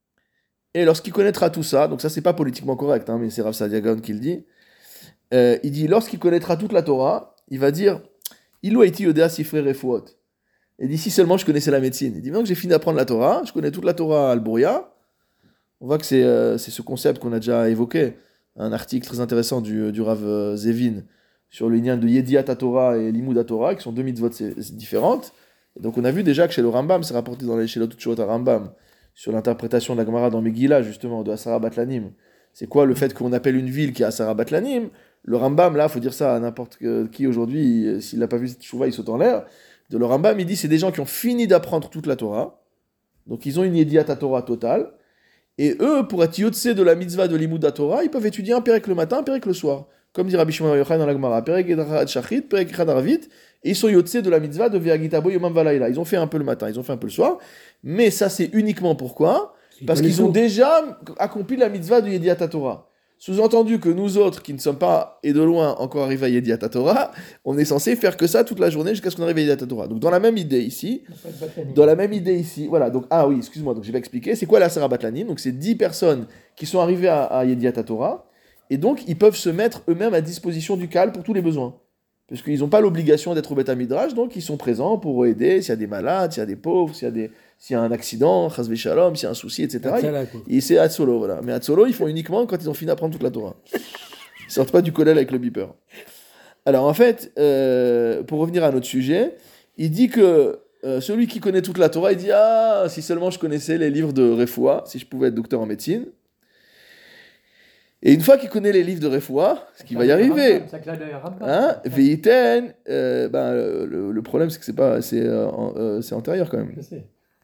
et lorsqu'il connaîtra tout ça, donc ça c'est pas politiquement correct, hein, mais c'est Rav Saadia Gaon qui le dit, euh, il dit, lorsqu'il connaîtra toute la Torah, il va dire, Ilo Haiti Yodea Sifrei Refuot. Et d'ici seulement je connaissais la médecine. Il dit, maintenant que j'ai fini d'apprendre la Torah, je connais toute la Torah al-Bouria. On voit que c'est euh, c'est ce concept qu'on a déjà évoqué. Un article très intéressant du, du Rav euh, Zevin sur le lien de Yediat Torah et Limud Torah, qui sont deux mitzvot c'est- c'est différentes. Et donc on a vu déjà que chez le Rambam, c'est rapporté dans les Shelot Utshot à Rambam, sur l'interprétation de la Gemara dans Megillah, justement, de Asara Batlanim. C'est quoi le fait qu'on appelle une ville qui est Asara Batlanim? Le Rambam, là, il faut dire ça à n'importe que- qui aujourd'hui, euh, s'il n'a pas vu cette chouva, il saute en l'air. De le Rambam, il dit c'est des gens qui ont fini d'apprendre toute la Torah, donc ils ont une Yediat Torah totale, et eux, pour être yotse de la mitzvah de Limud Torah, ils peuvent étudier un pérek le matin, un pérek le soir. Comme dit Rabbi Shimon Bar Yochai dans la Gemara, pérek Echad Shachrit, pérek Echad Arvit, et ils sont yotse de la mitzvah de Ve'agitabo Yomam Valayla. Ils ont fait un peu le matin, ils ont fait un peu le soir, mais ça c'est uniquement pourquoi? Parce qu'ils ont déjà accompli la mitzvah de Yediat Torah. Sous-entendu que nous autres, qui ne sommes pas, et de loin, encore arrivés à Yediat Torah, on est censé faire que ça toute la journée jusqu'à ce qu'on arrive à Yediat Torah. Donc dans la même idée ici, dans la même idée ici, voilà, donc, ah oui, excuse-moi, donc je vais expliquer, c'est quoi la Sarah Batlanim? Donc c'est dix personnes qui sont arrivées à, à Yediat Torah, et donc ils peuvent se mettre eux-mêmes à disposition du Kal pour tous les besoins. Parce qu'ils n'ont pas l'obligation d'être au Beth Midrash, donc ils sont présents pour aider s'il y a des malades, s'il y a des pauvres, s'il y a, des, s'il y a un accident, chas v'shalom, s'il y a un souci, et cetera. Hatzala, quoi. Et c'est Hatzolo, voilà. Mais Hatzolo, ils font uniquement quand ils ont fini d'apprendre toute la Torah. Ils sortent pas du collège avec le beeper. Alors en fait, euh, pour revenir à notre sujet, il dit que euh, celui qui connaît toute la Torah, il dit, ah, si seulement je connaissais les livres de Refoua, si je pouvais être docteur en médecine. Et une fois qu'il connaît les livres de Refoua, ce qui va y arriver, Ça claque derrière Rambam. hein, Veiten, euh, ben, le, le problème c'est que c'est pas, c'est, euh, en- euh, c'est antérieur quand même. Je sais.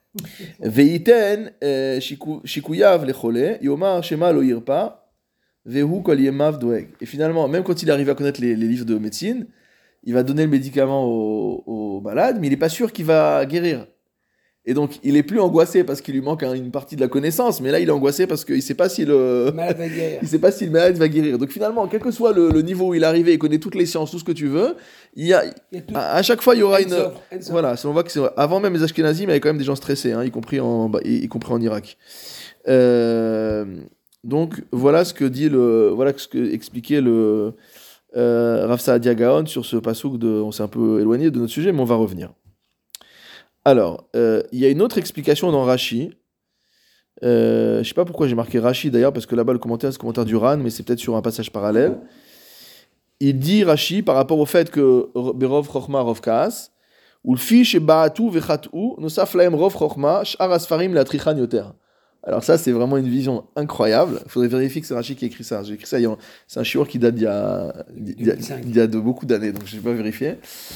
Veiten, euh, shiku- shikuyav lechole, yomar shema lo yirpa, vehu kol yemav doeg. Et finalement, même quand il arrive à connaître les, les livres de médecine, il va donner le médicament au, au malade, mais il n'est pas sûr qu'il va guérir. Et donc, il est plus angoissé parce qu'il lui manque un- une partie de la connaissance, mais là, il est angoissé parce qu'il ne sait pas si le... Malade va guérir. Il sait pas si le malade va guérir. Donc finalement, quel que soit le, le niveau où il est arrivé, il connaît toutes les sciences, tout ce que tu veux, il y a, Il y a tout. à, à chaque fois, il y aura une... Ensof, Ensof. Voilà, on voit que c'est... Avant même les Ashkénazim, il y avait quand même des gens stressés, hein, y, compris en, bah, y, y compris en Irak. Euh, donc voilà ce que dit le... Voilà ce que expliquait le euh, Rav Saadia Gaon sur ce passouk de... On s'est un peu éloigné de notre sujet, mais on va revenir. Alors, euh, il y a une autre explication dans Rashi. Euh, je sais pas pourquoi j'ai marqué Rashi d'ailleurs, parce que là-bas le commentaire c'est le commentaire du Ran, mais c'est peut-être sur un passage parallèle. Il dit Rashi par rapport au fait que Berov Chochma Rov Kaas, ou le fiche et Baatu Vechatu, Nosaf Laem Rov Chochma, Sh'ar Asfarim la Trichan Yoter. Alors ça c'est vraiment une vision incroyable. Il faudrait vérifier que c'est Rashi qui a écrit ça. J'ai écrit ça, il y a- c'est un shiur qui date d'il y a, d'il y a, d'il y a de beaucoup d'années, donc je n'ai pas vérifié.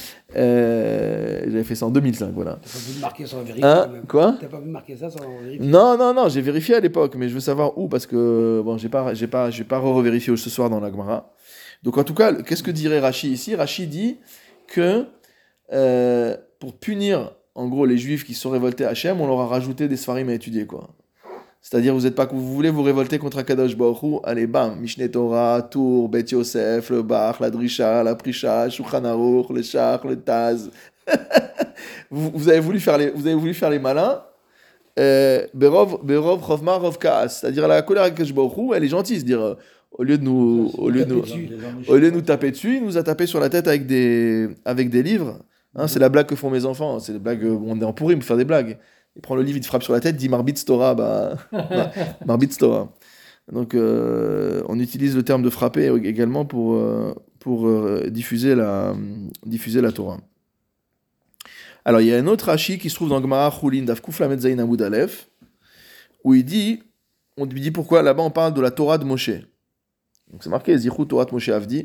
Euh, j'avais fait ça en deux mille cinq, voilà. T'as pas pu marquer sans vérifier. Hein, même. quoi? T'as pas pu marquer ça sans vérifier. Non, non, non, j'ai vérifié à l'époque, mais je veux savoir où, parce que bon, j'ai pas, j'ai pas, j'ai pas revérifié ce soir dans la Gemara. Donc en tout cas, qu'est-ce que dirait Rashi ici? Rashi dit que euh, pour punir, en gros, les Juifs qui se sont révoltés à Hachem, on leur a rajouté des Sfarim à étudier, quoi. C'est-à-dire, vous êtes pas, vous voulez vous révolter contre Akadosh Baruch Hu, allez, bam, Mishneh Torah, Tour, Bet Yosef, le Bach, la Drisha, la Prisha, Shulchan Aruch, le Shach, le Taz. vous, vous avez voulu faire les, vous avez voulu faire les malins. Euh, Berov, Berov, Chovma, Rov Kaas. C'est-à-dire, la colère avec Akadosh Baruch Hu, elle est gentille, c'est-à-dire, euh, au lieu de nous, au lieu de nous, au lieu de nous taper dessus, il nous a tapé sur la tête avec des, avec des livres. Hein, c'est la blague que font mes enfants. C'est des blagues, on est en pourri pour faire des blagues. il prend le livre, il te frappe sur la tête, il dit Marbitz Torah, bah, Marbitz Torah. Donc, euh, on utilise le terme de frapper également pour, euh, pour euh, diffuser, la, diffuser la Torah. Alors, il y a un autre Rashi qui se trouve dans Gemara Chulin, Daf Kuf Lamed Zayin Amud Aleph, où il dit, on lui dit pourquoi là-bas on parle de la Torah de Moshe. Donc, c'est marqué Zichut Torah de Moshe Avdi.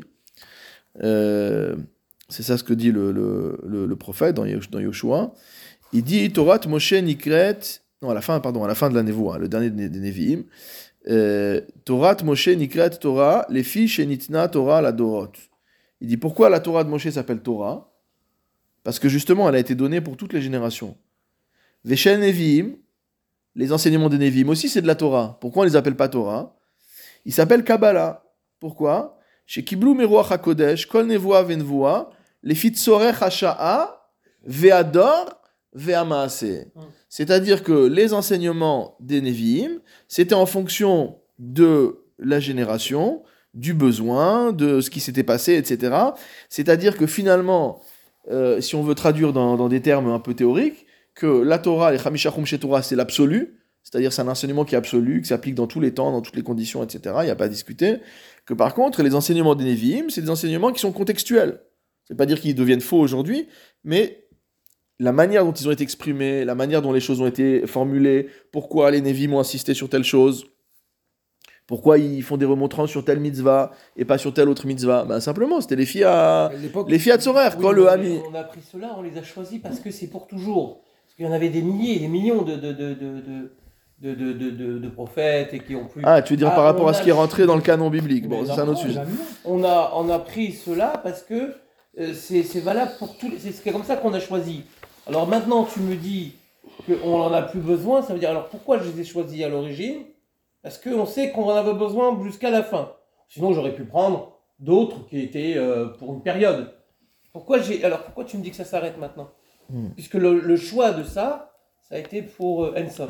Euh, c'est ça ce que dit le, le, le, le prophète dans, dans Yoshua. Il dit Torah de Moshe Nikret, non, à la fin, pardon, à la fin de la Nevoa, le dernier des Nevi'im. Euh, Torah Moshe Nikret Torah, les filles chez Nitna Torah la Dorot. Il dit pourquoi la Torah de Moshe s'appelle Torah? Parce que justement elle a été donnée pour toutes les générations. Veshen Nevi'im, les enseignements des Nevi'im aussi c'est de la Torah. Pourquoi on les appelle pas Torah? Ils s'appellent Kabbalah. Pourquoi? Chez Kiblu Meruach HaKodesh, Kol Nevoa Venvoa, les filles Tsorech Hasha'a, Ve'ador, Ve'amaase. C'est-à-dire que les enseignements des Nevi'im, c'était en fonction de la génération, du besoin, de ce qui s'était passé, et cetera. C'est-à-dire que finalement, euh, si on veut traduire dans, dans des termes un peu théoriques, que la Torah, les Chamisha Chumshe Torah, c'est l'absolu, c'est-à-dire c'est un enseignement qui est absolu, qui s'applique dans tous les temps, dans toutes les conditions, et cetera. Il n'y a pas à discuter. Que par contre, les enseignements des Nevi'im, c'est des enseignements qui sont contextuels. Ça ne veut pas dire qu'ils deviennent faux aujourd'hui, mais la manière dont ils ont été exprimés, la manière dont les choses ont été formulées, pourquoi les Nevi'im ont insisté sur telle chose, pourquoi ils font des remontrances sur telle mitzvah et pas sur telle autre mitzvah, ben simplement, c'était les filles à, les filles à Tzorer, Oui, quand le Hami. On a pris cela, on les a choisis parce que c'est pour toujours. Parce qu'il y en avait des milliers, des millions de, de, de, de, de, de, de, de, de prophètes et qui ont pu... Ah, tu veux dire ah, par rapport à ce qui est rentré choisi. dans le canon biblique. Bon, Mais ça, c'est un autre sujet. On a, on a pris cela parce que euh, c'est, c'est valable pour tous les... C'est, c'est comme ça qu'on a choisi. Alors maintenant, tu me dis qu'on n'en a plus besoin, ça veut dire alors pourquoi je les ai choisis à l'origine? Parce qu'on sait qu'on en avait besoin jusqu'à la fin. Sinon, j'aurais pu prendre d'autres qui étaient euh, pour une période. Pourquoi j'ai... Alors pourquoi tu me dis que ça s'arrête maintenant? hmm. Puisque le, le choix de ça, ça a été pour euh, Ensof.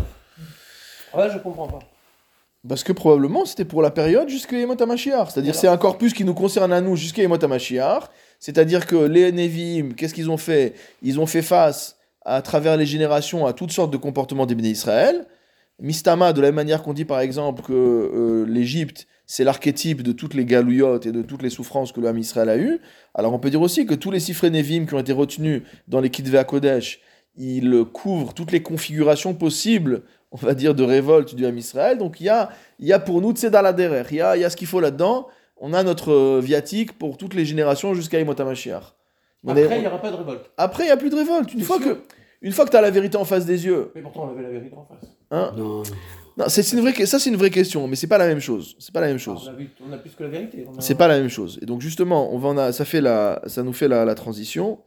Ouais, je comprends pas. Parce que probablement c'était pour la période jusqu'à Yemot HaMashiach. C'est-à-dire alors, c'est un corpus qui nous concerne à nous jusqu'à Yemot HaMashiach. C'est-à-dire que les Nevi'im, qu'est-ce qu'ils ont fait? Ils ont fait face à travers les générations à toutes sortes de comportements des Béné Israël. Mistama, de la même manière qu'on dit par exemple que euh, l'Égypte, c'est l'archétype de toutes les galouillottes et de toutes les souffrances que l'homme Israël a eues. Alors on peut dire aussi que tous les sifrei Nevi'im qui ont été retenus dans les Kitvei HaKodesh, ils couvrent toutes les configurations possibles, on va dire, de révolte du Ham Israël. Donc il y a, il y a pour nous Tzedal Aderer, il y a, il y a ce qu'il faut là-dedans. On a notre viatique pour toutes les générations jusqu'à Yemot HaMashiach. Après, il n'y aura pas de révolte. Après, il n'y a plus de révolte. Une fois, que, une fois que tu as la vérité en face des yeux. Mais pourtant, on avait la vérité en face. Hein Non. Non, c'est, c'est une vraie, ça, c'est une vraie question, mais c'est pas la même chose. C'est pas la même chose. Ah, on, a vu, on a plus que la vérité. On a... C'est pas la même chose. Et donc, justement, on va en a, ça, fait la, ça nous fait la, la transition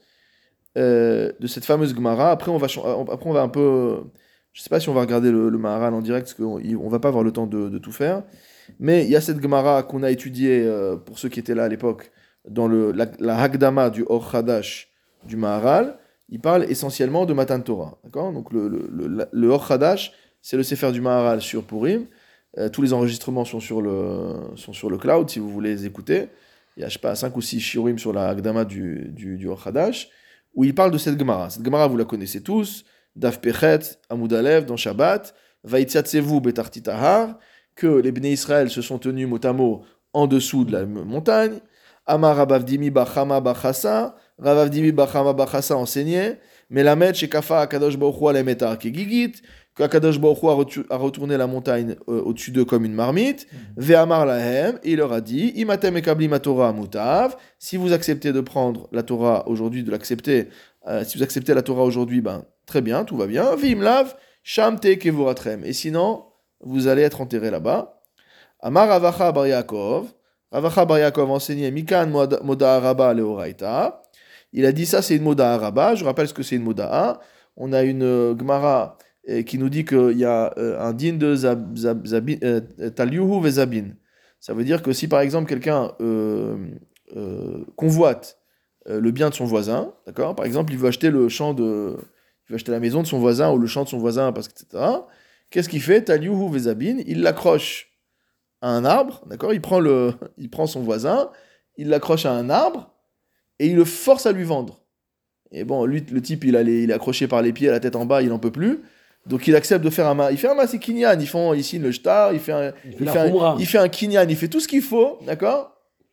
euh, de cette fameuse Gemara. Après, on va, après, on va un peu. Je sais pas si on va regarder le, le Maharal en direct, parce qu'on on va pas avoir le temps de, de tout faire. Mais il y a cette Gemara qu'on a étudiée, euh, pour ceux qui étaient là à l'époque, dans le, la, la Hagdama du Or Hadash du Maharal. Il parle essentiellement de Matan Torah. D'accord ? Donc le, le, le, le Or Hadash, c'est le Sefer du Maharal sur Purim. Euh, tous les enregistrements sont sur, le, sont sur le cloud, si vous voulez les écouter. Il y a, je sais pas, cinq ou six shiurim sur la Hagdama du, du, du Or Hadash, où il parle de cette Gemara. Cette Gemara, vous la connaissez tous. Daf Pechet, Amud Alev, dans Shabbat. Vaïtziatsevu betartit ahar, que les Bnei Israël se sont tenus mot à mot en dessous de la montagne. Amar Rabavdimi Bachama Bachasa, Rabavdimi Bachama Bachasa enseignait, Melamed Shekafa Akadosh Baruch Hu Alemetar Kegigit, que Akadosh Baruch Hu a retourné la montagne euh, au-dessus d'eux comme une marmite, Ve'amar Lahem, et il leur a dit, Imatem Ekablim Torah Mutav, si vous acceptez de prendre la Torah aujourd'hui, de l'accepter, euh, si vous acceptez la Torah aujourd'hui, ben très bien, tout va bien, Vimlav, Sham Te Kevoratrem, et sinon, vous allez être enterré là-bas. Amar Ravacha Bar Yaakov, Ravacha Bar Yaakov enseignait Mikan Moda Araba Leoraita. Il a dit ça, c'est une Moda Araba. Je rappelle ce que c'est une Moda. On a une euh, Gemara euh, qui nous dit qu'il y a euh, un din de zab, zab, zabin, euh, Taliuhu ve Zabin. Ça veut dire que si par exemple quelqu'un euh, euh, convoite euh, le bien de son voisin, d'accord, par exemple il veut acheter le champ de, il veut acheter la maison de son voisin ou le champ de son voisin, parce que et cetera. Qu'est-ce qu'il fait? Taliuhu ve Zabin, il l'accroche à un arbre, d'accord, il prend le, il prend son voisin, il l'accroche à un arbre et il le force à lui vendre. Et bon, lui, le type, il, a les, il est accroché par les pieds, la tête en bas, il n'en peut plus. Donc il accepte de faire un ma... Il fait un masé kinyan, ils font ici le shtar, il fait un, Il fait il la fait un, khumra. il fait un kinyan, il fait tout ce qu'il faut, d'accord?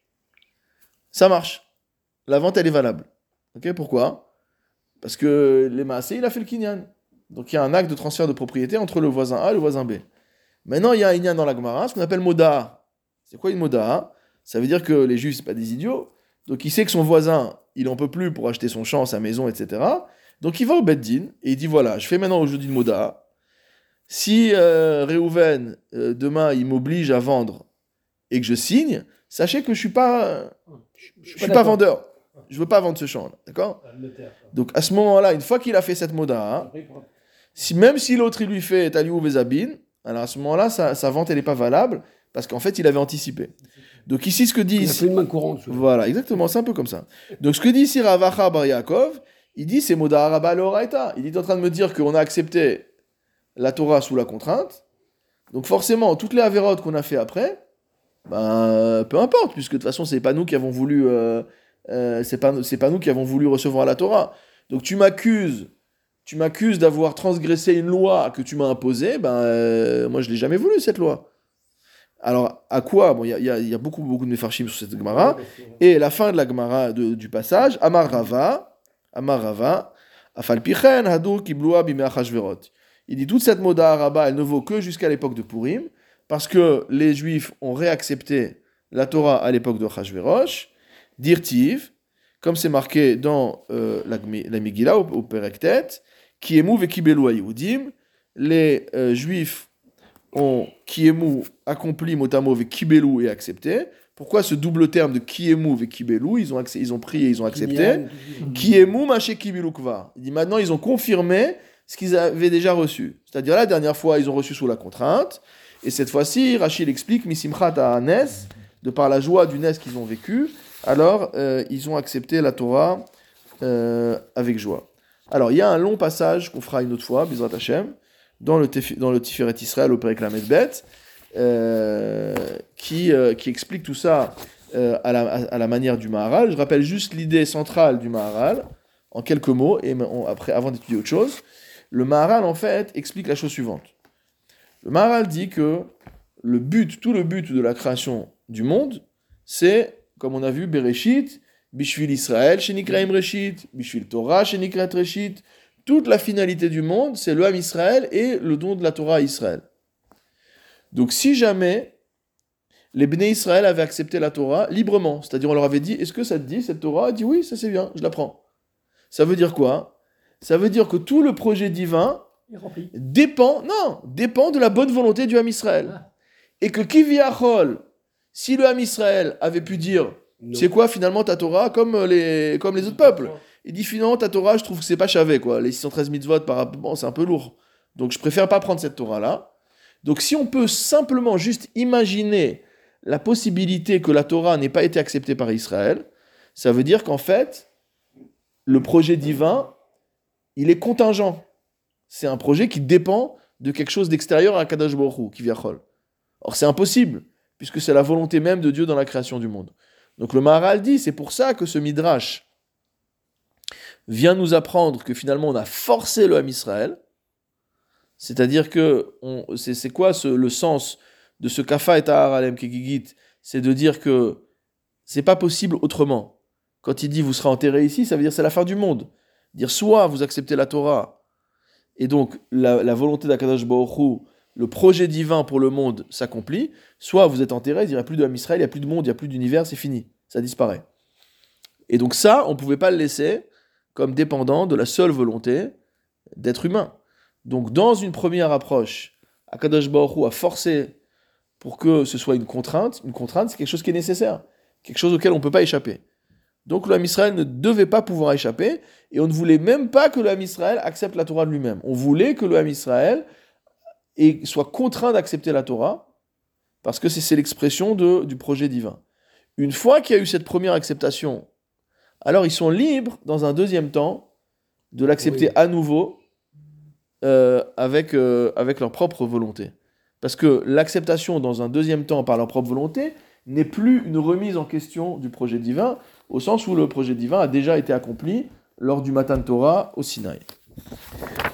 Ça marche. La vente, elle est valable. Ok, pourquoi? Parce que les masé, il a fait le kinyan. Donc il y a un acte de transfert de propriété entre le voisin A et le voisin B. Maintenant, il y a un inyan dans la Gemara, ce qu'on appelle moda. C'est quoi une moda? Ça veut dire que les juifs, c'est pas des idiots. Donc il sait que son voisin, il en peut plus pour acheter son champ, sa maison, et cetera. Donc il va au Beddin et il dit voilà, je fais maintenant aujourd'hui une moda. Si euh, Réhouven, euh, demain, il m'oblige à vendre et que je signe, sachez que je suis pas, je suis pas, d'accord. vendeur. Je veux pas vendre ce champ, d'accord? Donc à ce moment-là, une fois qu'il a fait cette moda, si, même si l'autre il lui fait Taliou Vezabin, alors à ce moment-là, sa, sa vente elle n'est pas valable parce qu'en fait il avait anticipé. Donc ici ce que dit Il a ici, fait une main courante. celui-là. voilà, exactement, c'est un peu comme ça. Donc ce que dit ici Ravacha Bar Yaakov, il dit c'est Moda Araba Loraita. Il est en train de me dire qu'on a accepté la Torah sous la contrainte. Donc forcément, toutes les avérotes qu'on a fait après, ben, peu importe, puisque de toute façon, c'est pas nous qui avons voulu, euh, euh, c'est pas, c'est pas nous qui avons voulu recevoir la Torah. Donc tu m'accuses, tu m'accuses d'avoir transgressé une loi que tu m'as imposée, ben, euh, moi je l'ai jamais voulu cette loi. Alors, à quoi? Bon, il y a, y a- y a beaucoup, beaucoup de méfarchim sur cette Gemara. Et la fin de la Gemara de- du passage, Amar Rava, Amar Rava, Afal Pichen, Hadur Kibloua Bimei Achashverot. Il dit toute cette moda araba, elle ne vaut que jusqu'à l'époque de Purim, parce que les Juifs ont réaccepté la Torah à l'époque de Achashverosh, Dirtiv, comme c'est marqué dans euh, la, Gmi- la Megillah, au, au Perektet, Kiemu Vekibelu Yehudim, les euh, Juifs ont Kiemu accompli motamo Vekibelu et accepté. Pourquoi ce double terme de Kiemu Vekibelu? Ils ont, accé- ils ont pris et ils ont accepté. Kinyan, tout- Kiemu Maché Kibelu Kva. Il dit maintenant ils ont confirmé ce qu'ils avaient déjà reçu. C'est-à-dire la dernière fois ils ont reçu sous la contrainte. Et cette fois-ci, Rachid explique Misimchat à Nes, de par la joie du Nes qu'ils ont vécu, alors euh, ils ont accepté la Torah euh, avec joie. Alors il y a un long passage qu'on fera une autre fois, Bizrat Hashem, dans le, Tef- dans le Tiferet Israël au Perek Lamed Bet, euh, qui, euh, qui explique tout ça euh, à, la, à la manière du Maharal. Je rappelle juste l'idée centrale du Maharal, en quelques mots, et on- après, avant d'étudier autre chose. Le Maharal, en fait, explique la chose suivante. Le Maharal dit que le but, tout le but de la création du monde, c'est, comme on a vu, Bereshit, Bishvil Israël, Shenikraim Reshit, Bishvil Torah, Shenikrat Reshit. Toute la finalité du monde, c'est le Ham Israël et le don de la Torah à Israël. Donc si jamais les Bnei Israël avaient accepté la Torah librement, c'est-à-dire on leur avait dit, est-ce que ça te dit cette Torah? Elle dit oui, ça c'est bien, je la prends. Ça veut dire quoi? Ça veut dire que tout le projet divin Il est rempli. dépend, non, dépend de la bonne volonté du Ham Israël. Ah. Et que Kiviachol, si le Ham Israël avait pu dire, Non. c'est quoi finalement ta Torah, comme les, comme les autres peuples, il dit finalement ta Torah, je trouve que c'est pas chavé, quoi. Les six cent treize mitzvot, par rapport, bon, c'est un peu lourd. Donc je préfère pas prendre cette Torah-là. Donc si on peut simplement juste imaginer la possibilité que la Torah n'ait pas été acceptée par Israël, ça veut dire qu'en fait, le projet divin, il est contingent. C'est un projet qui dépend de quelque chose d'extérieur à Kadosh Baruch Hu, Kiviachol. Or c'est impossible, puisque c'est la volonté même de Dieu dans la création du monde. Donc le Maharal dit, c'est pour ça que ce Midrash vient nous apprendre que finalement on a forcé le Ham Israël, c'est-à-dire que on, c'est, c'est quoi ce, le sens de ce Kafa et Tahar Alem Kegigit? C'est de dire que c'est pas possible autrement. Quand il dit vous serez enterrés ici, ça veut dire c'est la fin du monde. Dire soit vous acceptez la Torah, et donc la, la volonté d'Akadosh Baruch Hu, le projet divin pour le monde s'accomplit, soit vous êtes enterrés, il n'y a plus de Ham Israël, il n'y a plus de monde, il n'y a plus d'univers, c'est fini, ça disparaît. Et donc ça, on ne pouvait pas le laisser comme dépendant de la seule volonté d'être humain. Donc dans une première approche, Akadosh Baruch Hu a forcé pour que ce soit une contrainte. Une contrainte, c'est quelque chose qui est nécessaire, quelque chose auquel on ne peut pas échapper. Donc le Ham Israël ne devait pas pouvoir échapper, et on ne voulait même pas que le Ham Israël accepte la Torah de lui-même. On voulait que le Ham Israël soit contraint d'accepter la Torah, parce que c'est, c'est l'expression de, du projet divin. Une fois qu'il y a eu cette première acceptation, alors ils sont libres, dans un deuxième temps, de l'accepter Oui. à nouveau, euh, avec, euh, avec leur propre volonté. Parce que l'acceptation dans un deuxième temps par leur propre volonté n'est plus une remise en question du projet divin, au sens où le projet divin a déjà été accompli lors du Matan Torah au Sinaï.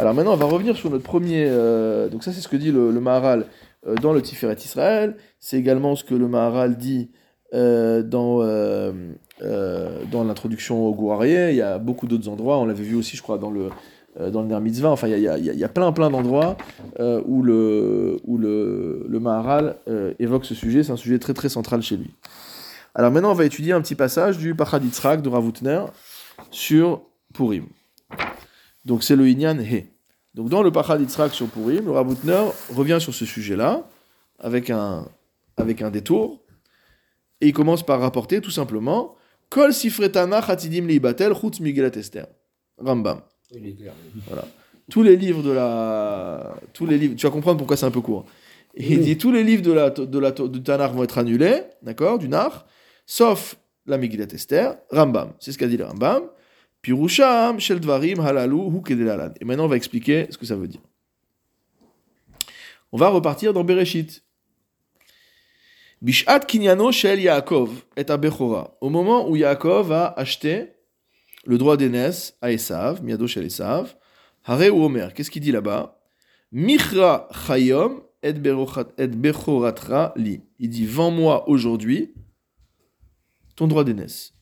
Alors maintenant, on va revenir sur notre premier... euh, donc ça, c'est ce que dit le, le Maharal euh, dans le Tiferet Israël. C'est également ce que le Maharal dit euh, dans, euh, euh, dans l'introduction au Gouarier. Il y a beaucoup d'autres endroits. On l'avait vu aussi, je crois, dans le, euh, dans le Ner Mitzvah. Enfin, il y a, il y a, il y a plein, plein d'endroits euh, où, le, où le, le Maharal euh, évoque ce sujet. C'est un sujet très, très central chez lui. Alors maintenant, on va étudier un petit passage du Pachad Yitzhak de Rav Hutner sur Purim. Donc c'est le Inyan He. Donc dans le Pachad Yitzhak sur Purim, le Rav Hutner revient sur ce sujet-là avec un, avec un détour et il commence par rapporter tout simplement Kol Sifretana Chatidim Leibatel Chutz Migelat Esther. Rambam. Il est clair. Voilà. Tous les livres de la, tous les livres, tu vas comprendre pourquoi c'est un peu court. Et il dit tous les livres de la de la de Tanakh vont être annulés, d'accord, du Nar, sauf la Megillat Esther, Rambam. C'est ce qu'a dit le Rambam. Pirusham shel dvarim halalu hu kedelalan. Et maintenant on va expliquer ce que ça veut dire. On va repartir dans Bereshit. Bishat kinyano shel Yaakov et abechora. Au moment où Yaakov a acheté le droit d'aînesse à Esav, miado shel Esav, hare ou omer. Qu'est-ce qu'il dit là-bas? Michra chayom et bechoratra li. Il dit vends-moi aujourd'hui ton droit d'aînesse.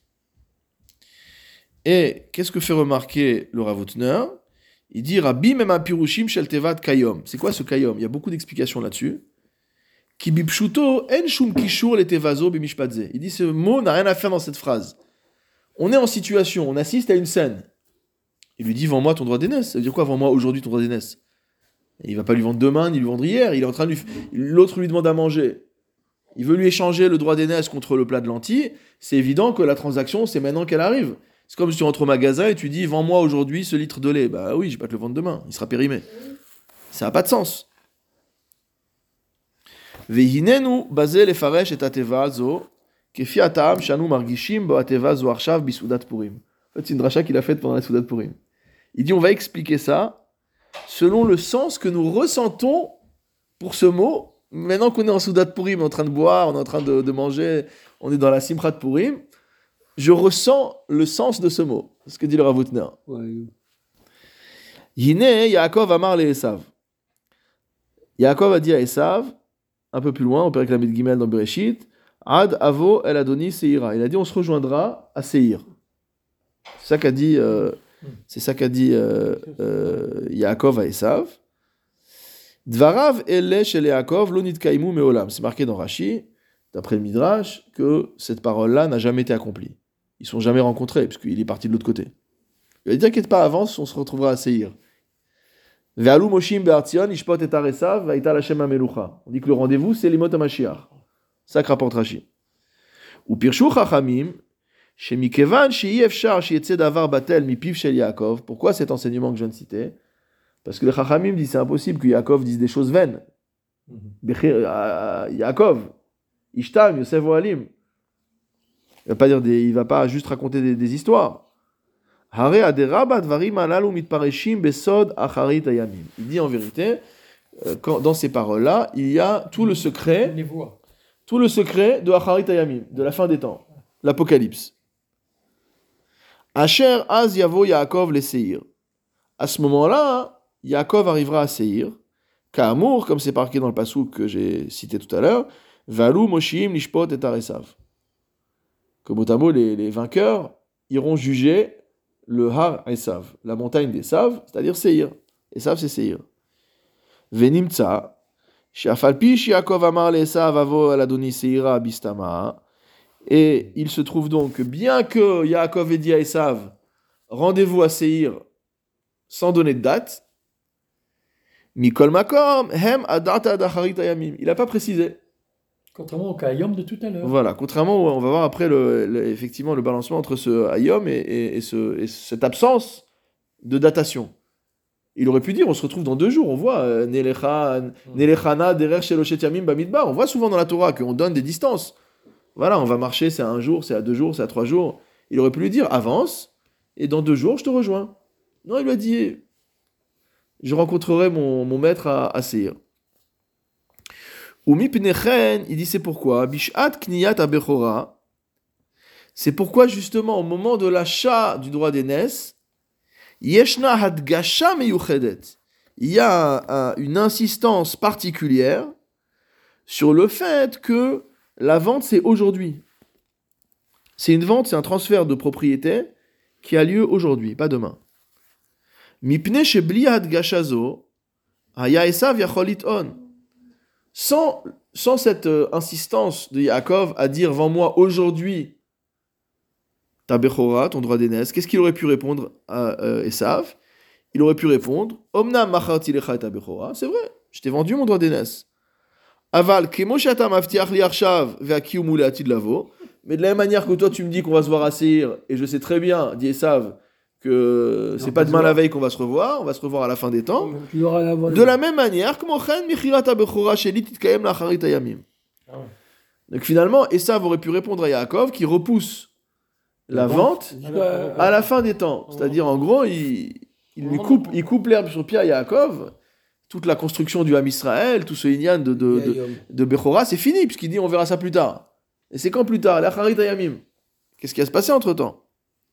Et qu'est-ce que fait remarquer le Rav Hutner? Il dit Rabbi mema pirushim shel tevat kayom. C'est quoi ce kayom? Il y a beaucoup d'explications là-dessus. Ki bipshuto en shum kishur le tevazo bimishpadze. Il dit ce mot n'a rien à faire dans cette phrase. On est en situation, on assiste à une scène. Il lui dit vends-moi ton droit d'aînesse. Ça veut dire quoi vends-moi aujourd'hui ton droit d'aînesse? Il va pas lui vendre demain ni lui vendre hier. Il est en train de lui... L'autre lui demande à manger. Il veut lui échanger le droit d'aînesse contre le plat de lentilles. C'est évident que la transaction, c'est maintenant qu'elle arrive. C'est comme si tu rentres au magasin et tu dis « Vends-moi aujourd'hui ce litre de lait ». Bah oui, je vais pas te le vendre demain, il sera périmé. Ça n'a pas de sens. Vehinenu basé les faresh et ateva zo kefi atam shanu margishim bo ateva zo arshav bisudat purim. En fait, c'est une dracha qu'il a faite pendant la soudat purim. Il dit on va expliquer ça selon le sens que nous ressentons pour ce mot. Maintenant qu'on est en soudat purim, on est en train de boire, on est en train de, de manger, on est dans la simchat purim. Je ressens le sens de ce mot. C'est ce que dit le Rav Hutner. Yine Yaakov amar le Esav. Yaakov a dit à Esav, un peu plus loin, au Perek Lamed Gimel dans Bereshit, Ad avo el Adoni Seira. Il a dit on se rejoindra à Seir. C'est ça qu'a dit, euh, c'est ça qu'a dit euh, euh, Yaakov à Esav. Dvarav ele shel Yaakov lo nitkaimu meolam. C'est marqué dans Rashi, d'après le Midrash, que cette parole-là n'a jamais été accomplie. Ils ne sont jamais rencontrés, puisqu'il est parti de l'autre côté. Il a dit, t'inquiète pas, avance, on se retrouvera à Seir. Ve'alu moshim be'artzion, ishpot et aresav, va'ita l'Hashem ha'melucha. On dit que le rendez-vous, c'est l'imot ha'mashiach. Ça que rapporte Rashi. Ou pirshu chachamim, shemikevan she'i efshar she'yetze davar batel mipiv shel Yaakov. Pourquoi cet enseignement que je viens de citer? Parce que les chachamim disent, c'est impossible que Yaakov dise des choses vaines. Yaakov, Ishtam, Yosef Oalim. Il va pas dire des, il va pas juste raconter des, des histoires. Il dit en vérité, euh, quand, dans ces paroles-là, il y a tout le secret, Les voix. tout le secret de Acharit Hayamim, de la fin des temps, l'Apocalypse. Asher az yavo Yaakov le Seir. À ce moment-là, Yaakov arrivera à Seir. Ka'amour, comme c'est marqué dans le passouk que j'ai cité tout à l'heure, Valu Moshim Lishpot et Aresav. Que mot à mot, les, les vainqueurs iront juger le Har Esav, la montagne d'Esav, c'est-à-dire Seir. Esav, c'est Seir. Venimtsa, Shafalpi Yaakov Amar l'Esav avo aladoni Seira bistama. Et il se trouve donc que bien que Yaakov ait dit à Esav, rendez-vous à Seir sans donner de date, Mikol Makom, Hem Adata Dacharit Ayamim. Il n'a pas précisé. Contrairement au cas Ayom de tout à l'heure. Voilà, contrairement, on va voir après le, le, effectivement le balancement entre ce Ayom et, et, et, ce, et cette absence de datation. Il aurait pu dire, on se retrouve dans deux jours, on voit Nelechana derer sheloshet yamim bamidbar, on voit souvent dans la Torah qu'on donne des distances. Voilà, on va marcher, c'est à un jour, c'est à deux jours, c'est à trois jours. Il aurait pu lui dire, avance, et dans deux jours, je te rejoins. Non, il lui a dit, je rencontrerai mon, mon maître à, à Seir. Umi Pnechen, il dit c'est pourquoi Bishat Kniyat Abechora. C'est pourquoi justement au moment de l'achat du droit d'aînesse, Yeshna hadgasha meyuchedet. Il y a un, un, une insistance particulière sur le fait que la vente, c'est aujourd'hui. C'est une vente, c'est un transfert de propriété qui a lieu aujourd'hui, pas demain. Mipne shebli hadgashazo, haya Esav yachol lit'on. Sans, sans cette euh, insistance de Yaakov à dire vends-moi aujourd'hui ta Bechora, ton droit d'aînesse, qu'est-ce qu'il aurait pu répondre à euh, Esav? Il aurait pu répondre Omnam macharti lecha et ta Bechora, c'est vrai, je t'ai vendu mon droit d'aînesse. Aval, kemo shata mavtiach li arshav ve'akiu mule atid lavo. Mais de la même manière que toi tu me dis qu'on va se voir à Seir, et je sais très bien, dit Esav, que c'est non, pas demain la veille qu'on va se revoir, on va se revoir à la fin des temps. De la même manière, donc finalement, Esav aurait pu répondre à Yaakov qui repousse la vente à la fin des temps. C'est-à-dire, en gros, il, il, lui coupe, il coupe l'herbe sur le pied à Yaakov. Toute la construction du Ham Israël, tout ce Inyan de, de, de, de Bechora, c'est fini, puisqu'il dit on verra ça plus tard. Et c'est quand plus tard? L'Acharit Hayamim. Qu'est-ce qui va se passer entre-temps?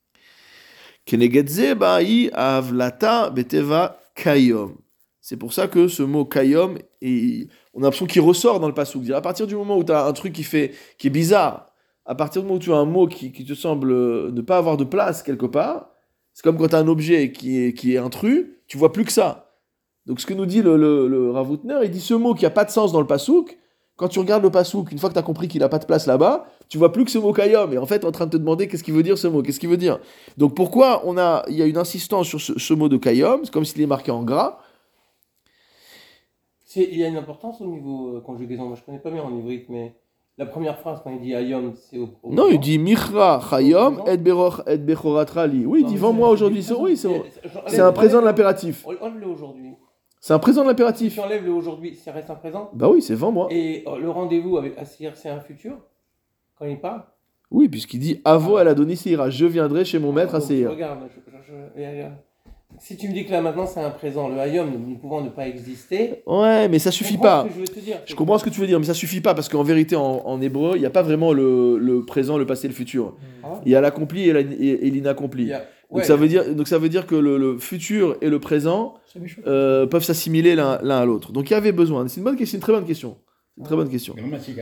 C'est pour ça que ce mot kayom, est, on a l'impression qu'il ressort dans le passouk. À partir du moment où tu as un truc qui, fait, qui est bizarre, à partir du moment où tu as un mot qui, qui te semble ne pas avoir de place quelque part, c'est comme quand tu as un objet qui est, qui est intrus, tu vois plus que ça. Donc ce que nous dit le, le, le Rav Hutner, il dit ce mot qui n'a pas de sens dans le passouk, quand tu regardes le passouk, une fois que tu as compris qu'il n'a pas de place là-bas, tu vois plus que ce mot kayom. Et en fait, tu es en train de te demander qu'est-ce qu'il veut dire ce mot, qu'est-ce qu'il veut dire. Donc pourquoi on a, il y a une insistance sur ce, ce mot de kayom, c'est comme s'il est marqué en gras. C'est, il y a une importance au niveau euh, conjugaison. Moi, je ne connais pas bien en ivrite, mais la première phrase, quand il dit ayom, c'est au, au Non, il dit michra chayom et bechoratra li. Oui, il dit vends-moi aujourd'hui. C'est, oui, c'est, c'est un présent de l'impératif. Enlève-le aujourd'hui. C'est un présent de l'impératif. Si tu enlèves le aujourd'hui, ça reste un présent? Bah oui, c'est vends-moi. Et euh, le rendez-vous avec Assir, c'est un futur? Quand il parle? Oui, puisqu'il dit Avo el Adonis Seira, je viendrai chez mon maître à Seir. Regarde, je, je, je, si tu me dis que là maintenant c'est un présent, le Hayom ne pouvant ne pas exister. Ouais, mais ça suffit pas. Ce que je, veux te dire, je comprends ce que tu veux dire, mais ça suffit pas parce qu'en vérité, en, en hébreu, il n'y a pas vraiment le, le présent, le passé et le futur. Ah. Il y a l'accompli et, la, et, et l'inaccompli. A... Donc, ouais, ça veut dire, donc ça veut dire que le, le futur et le présent euh, peuvent s'assimiler l'un, l'un à l'autre. Donc il y avait besoin. C'est une bonne question, une très bonne question. C'est une très bonne question.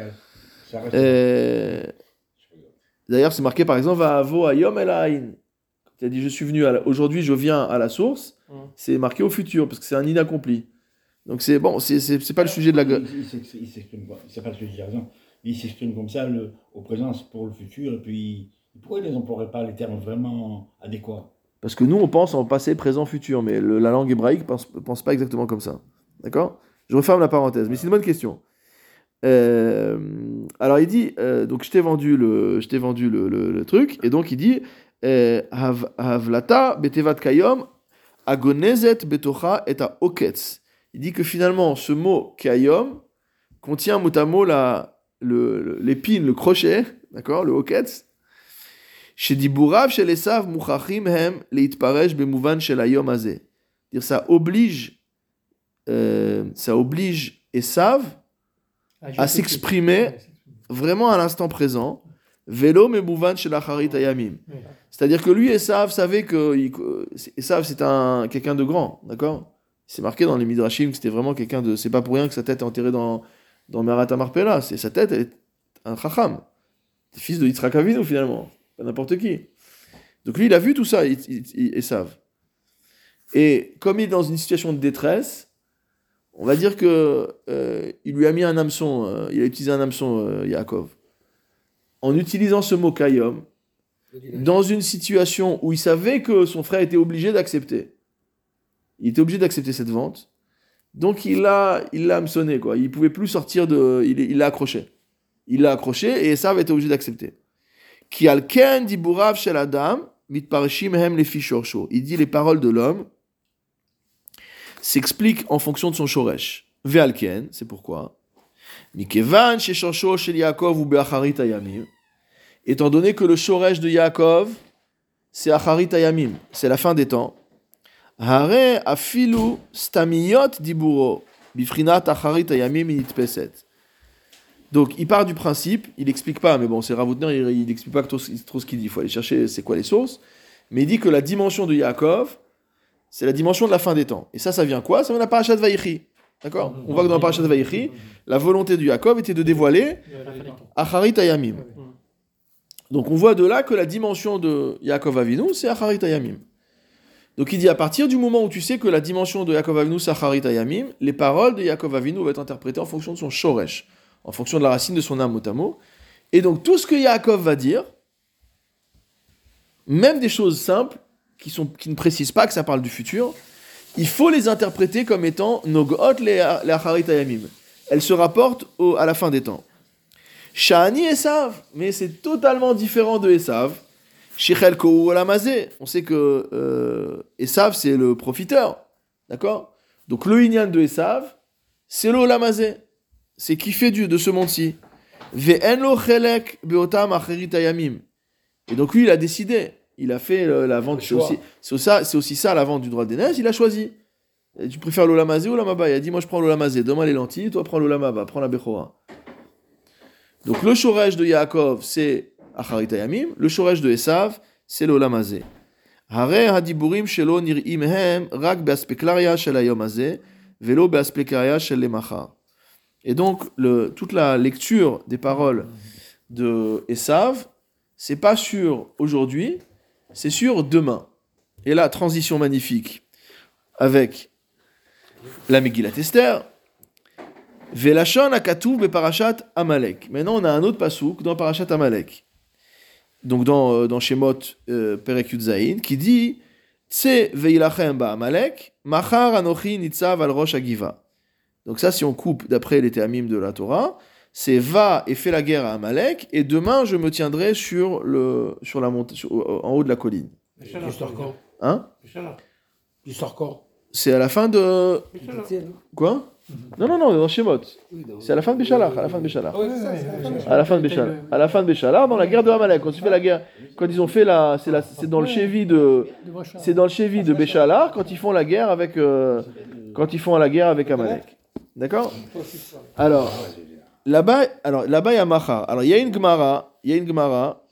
Euh... D'ailleurs, c'est marqué par exemple Va'avo Hayom el Ha'in. Tu as dit je suis venu à la... aujourd'hui, je viens à la source. Mmh. C'est marqué au futur parce que c'est un inaccompli. Donc c'est bon, c'est c'est, c'est pas le sujet de la. Il, il, s'exprime, il s'exprime pas. C'est pas le sujet, j'ai raison. Il s'exprime comme ça le, au présent pour le futur et puis. Pourquoi ils n'emploieraient pas les termes vraiment adéquats? Parce que nous, on pense en passé, présent, futur, mais le, la langue hébraïque ne pense, pense pas exactement comme ça. D'accord? Je referme la parenthèse, mais c'est une bonne question. Euh, alors il dit, euh, donc je t'ai vendu le, je t'ai vendu le, le, le truc, et donc il dit, Havlata betevat kayom agonezet betocha et a oketz. Il dit que finalement, ce mot kayom contient mot à mot la, le, le, l'épine, le crochet, d'accord, le oketz. Chez Dibourav, chez les Sav, Mouchachim hem leitparesh bemouvan shel hayom hazeh. Dire ça oblige, euh, ça oblige Esav ah, à s'exprimer vraiment à l'instant présent. Velo memouvan shel acharit hayamim. C'est-à-dire que lui, Esav savait que Esav c'est un quelqu'un de grand, d'accord. C'est marqué dans les Midrashim que c'était vraiment quelqu'un de. C'est pas pour rien que sa tête est enterrée dans dans Merat HaMarpela. C'est sa tête, elle est un chacham, c'est fils de Yitzhak Avinu finalement. Pas n'importe qui. Donc lui, il a vu tout ça, ils, ils, ils, ils savent. Et comme il est dans une situation de détresse, on va dire que euh, il lui a mis un hameçon, euh, il a utilisé un hameçon, euh, Yaakov. En utilisant ce mot kayom, dans une situation où il savait que son frère était obligé d'accepter. Il était obligé d'accepter cette vente. Donc il l'a, il l'a hameçonné, quoi. Il pouvait plus sortir de... Il, il l'a accroché. Il l'a accroché et Esav était obligé d'accepter. Ki alken diburav shel adam mitpareshim hem lefi shorsho. Il dit les paroles de l'homme s'expliquent en fonction de son shoresh. Ve'alken, c'est pourquoi. Mikevan she shorsho shel Yaakov u be'acharit hayamim. Étant donné que le shoresh de Yaakov, c'est acharit hayamim, c'est la fin des temps. Hare afilu stamiyot diburo bifrinat acharit hayamim initpeset. Donc, il part du principe, il n'explique pas, mais bon, c'est Rav Hutner, il n'explique pas trop, trop ce qu'il dit, il faut aller chercher c'est quoi les sources, mais il dit que la dimension de Yaakov, c'est la dimension de la fin des temps. Et ça, ça vient quoi? Ça vient de la parashat Vaïchi. D'accord? On voit que dans la parashat Vaïchi, la volonté de Yaakov était de dévoiler Acharit Hayamim. Donc on voit de là que la dimension de Yaakov Avinu, c'est Acharit Hayamim. Donc il dit, à partir du moment où tu sais que la dimension de Yaakov Avinu, c'est Acharit Hayamim, les paroles de Yaakov Avinu vont être interprétées en fonction de son shoresh, en fonction de la racine de son âme motamo. Et donc tout ce que Yaakov va dire, même des choses simples, qui, sont, qui ne précisent pas que ça parle du futur, il faut les interpréter comme étant Nogot les Acharit Hayamim. Elles se rapportent au, à la fin des temps. Shani Esav, mais c'est totalement différent de Esav. Shechel Kou Olamazé, on sait que euh, Esav c'est le profiteur, d'accord? Donc le Inyan de Esav, c'est l'Olamazé, c'est qui fait du de ce monde-ci. Ve'en lo chelek beotam acherit hayamim. Et donc lui il a décidé, il a fait euh, la vente, c'est aussi, c'est, ça, c'est aussi ça la vente du droit d'aînesse, il a choisi. Et tu préfères l'Olamazé ou l'Olamaba? Il a dit moi je prends l'Olamazé, donne-moi les lentilles, toi prends l'Olamaba, prends la Bechora. Donc le shoresh de Yaakov c'est Acharit Hayamim, le shoresh de Esav, c'est l'Olamazé. Hare hadiburim shelo nir'im hem rak be'aspeklaria shel hayom hazeh velo be'aspeklaria shel lemachar. Et donc le, toute la lecture des paroles de Esav, c'est pas sur aujourd'hui, c'est sur demain. Et là, transition magnifique avec la Megillat Esther. Velashon hakatuv beparashat Amalek. Maintenant, on a un autre pasouk dans parashat Amalek. Donc dans, dans Shemot euh, Perek Yud Zayin, qui dit Tse veilachem ba'amalek, machar anochi nitzav al rosh hagiva. Donc ça, si on coupe d'après les théamim de la Torah, c'est va et fais la guerre à Amalek, et demain je me tiendrai sur le, sur la monta- sur, en haut de la colline. L'histoire quand Hein? L'histoire quand C'est à la fin de. Béchalach. Quoi? Non, non, non, dans Shemot. Oui, non. C'est à la fin de Béchalach, à la fin de Béchalach. Ah ouais, c'est ça, c'est la fin de À la fin de Béchalach, à la fin de Béchalach, dans la guerre de Amalek, quand ils fait la guerre, quand ils ont fait la, c'est la, c'est dans le Chevi de, c'est dans le Chevi de Béchalach quand ils font la guerre avec, euh, quand ils font la guerre avec Amalek. D'accord? Alors là-bas, alors là-bas il y a Machar. Alors il y a une Gemara, il y a une Gemara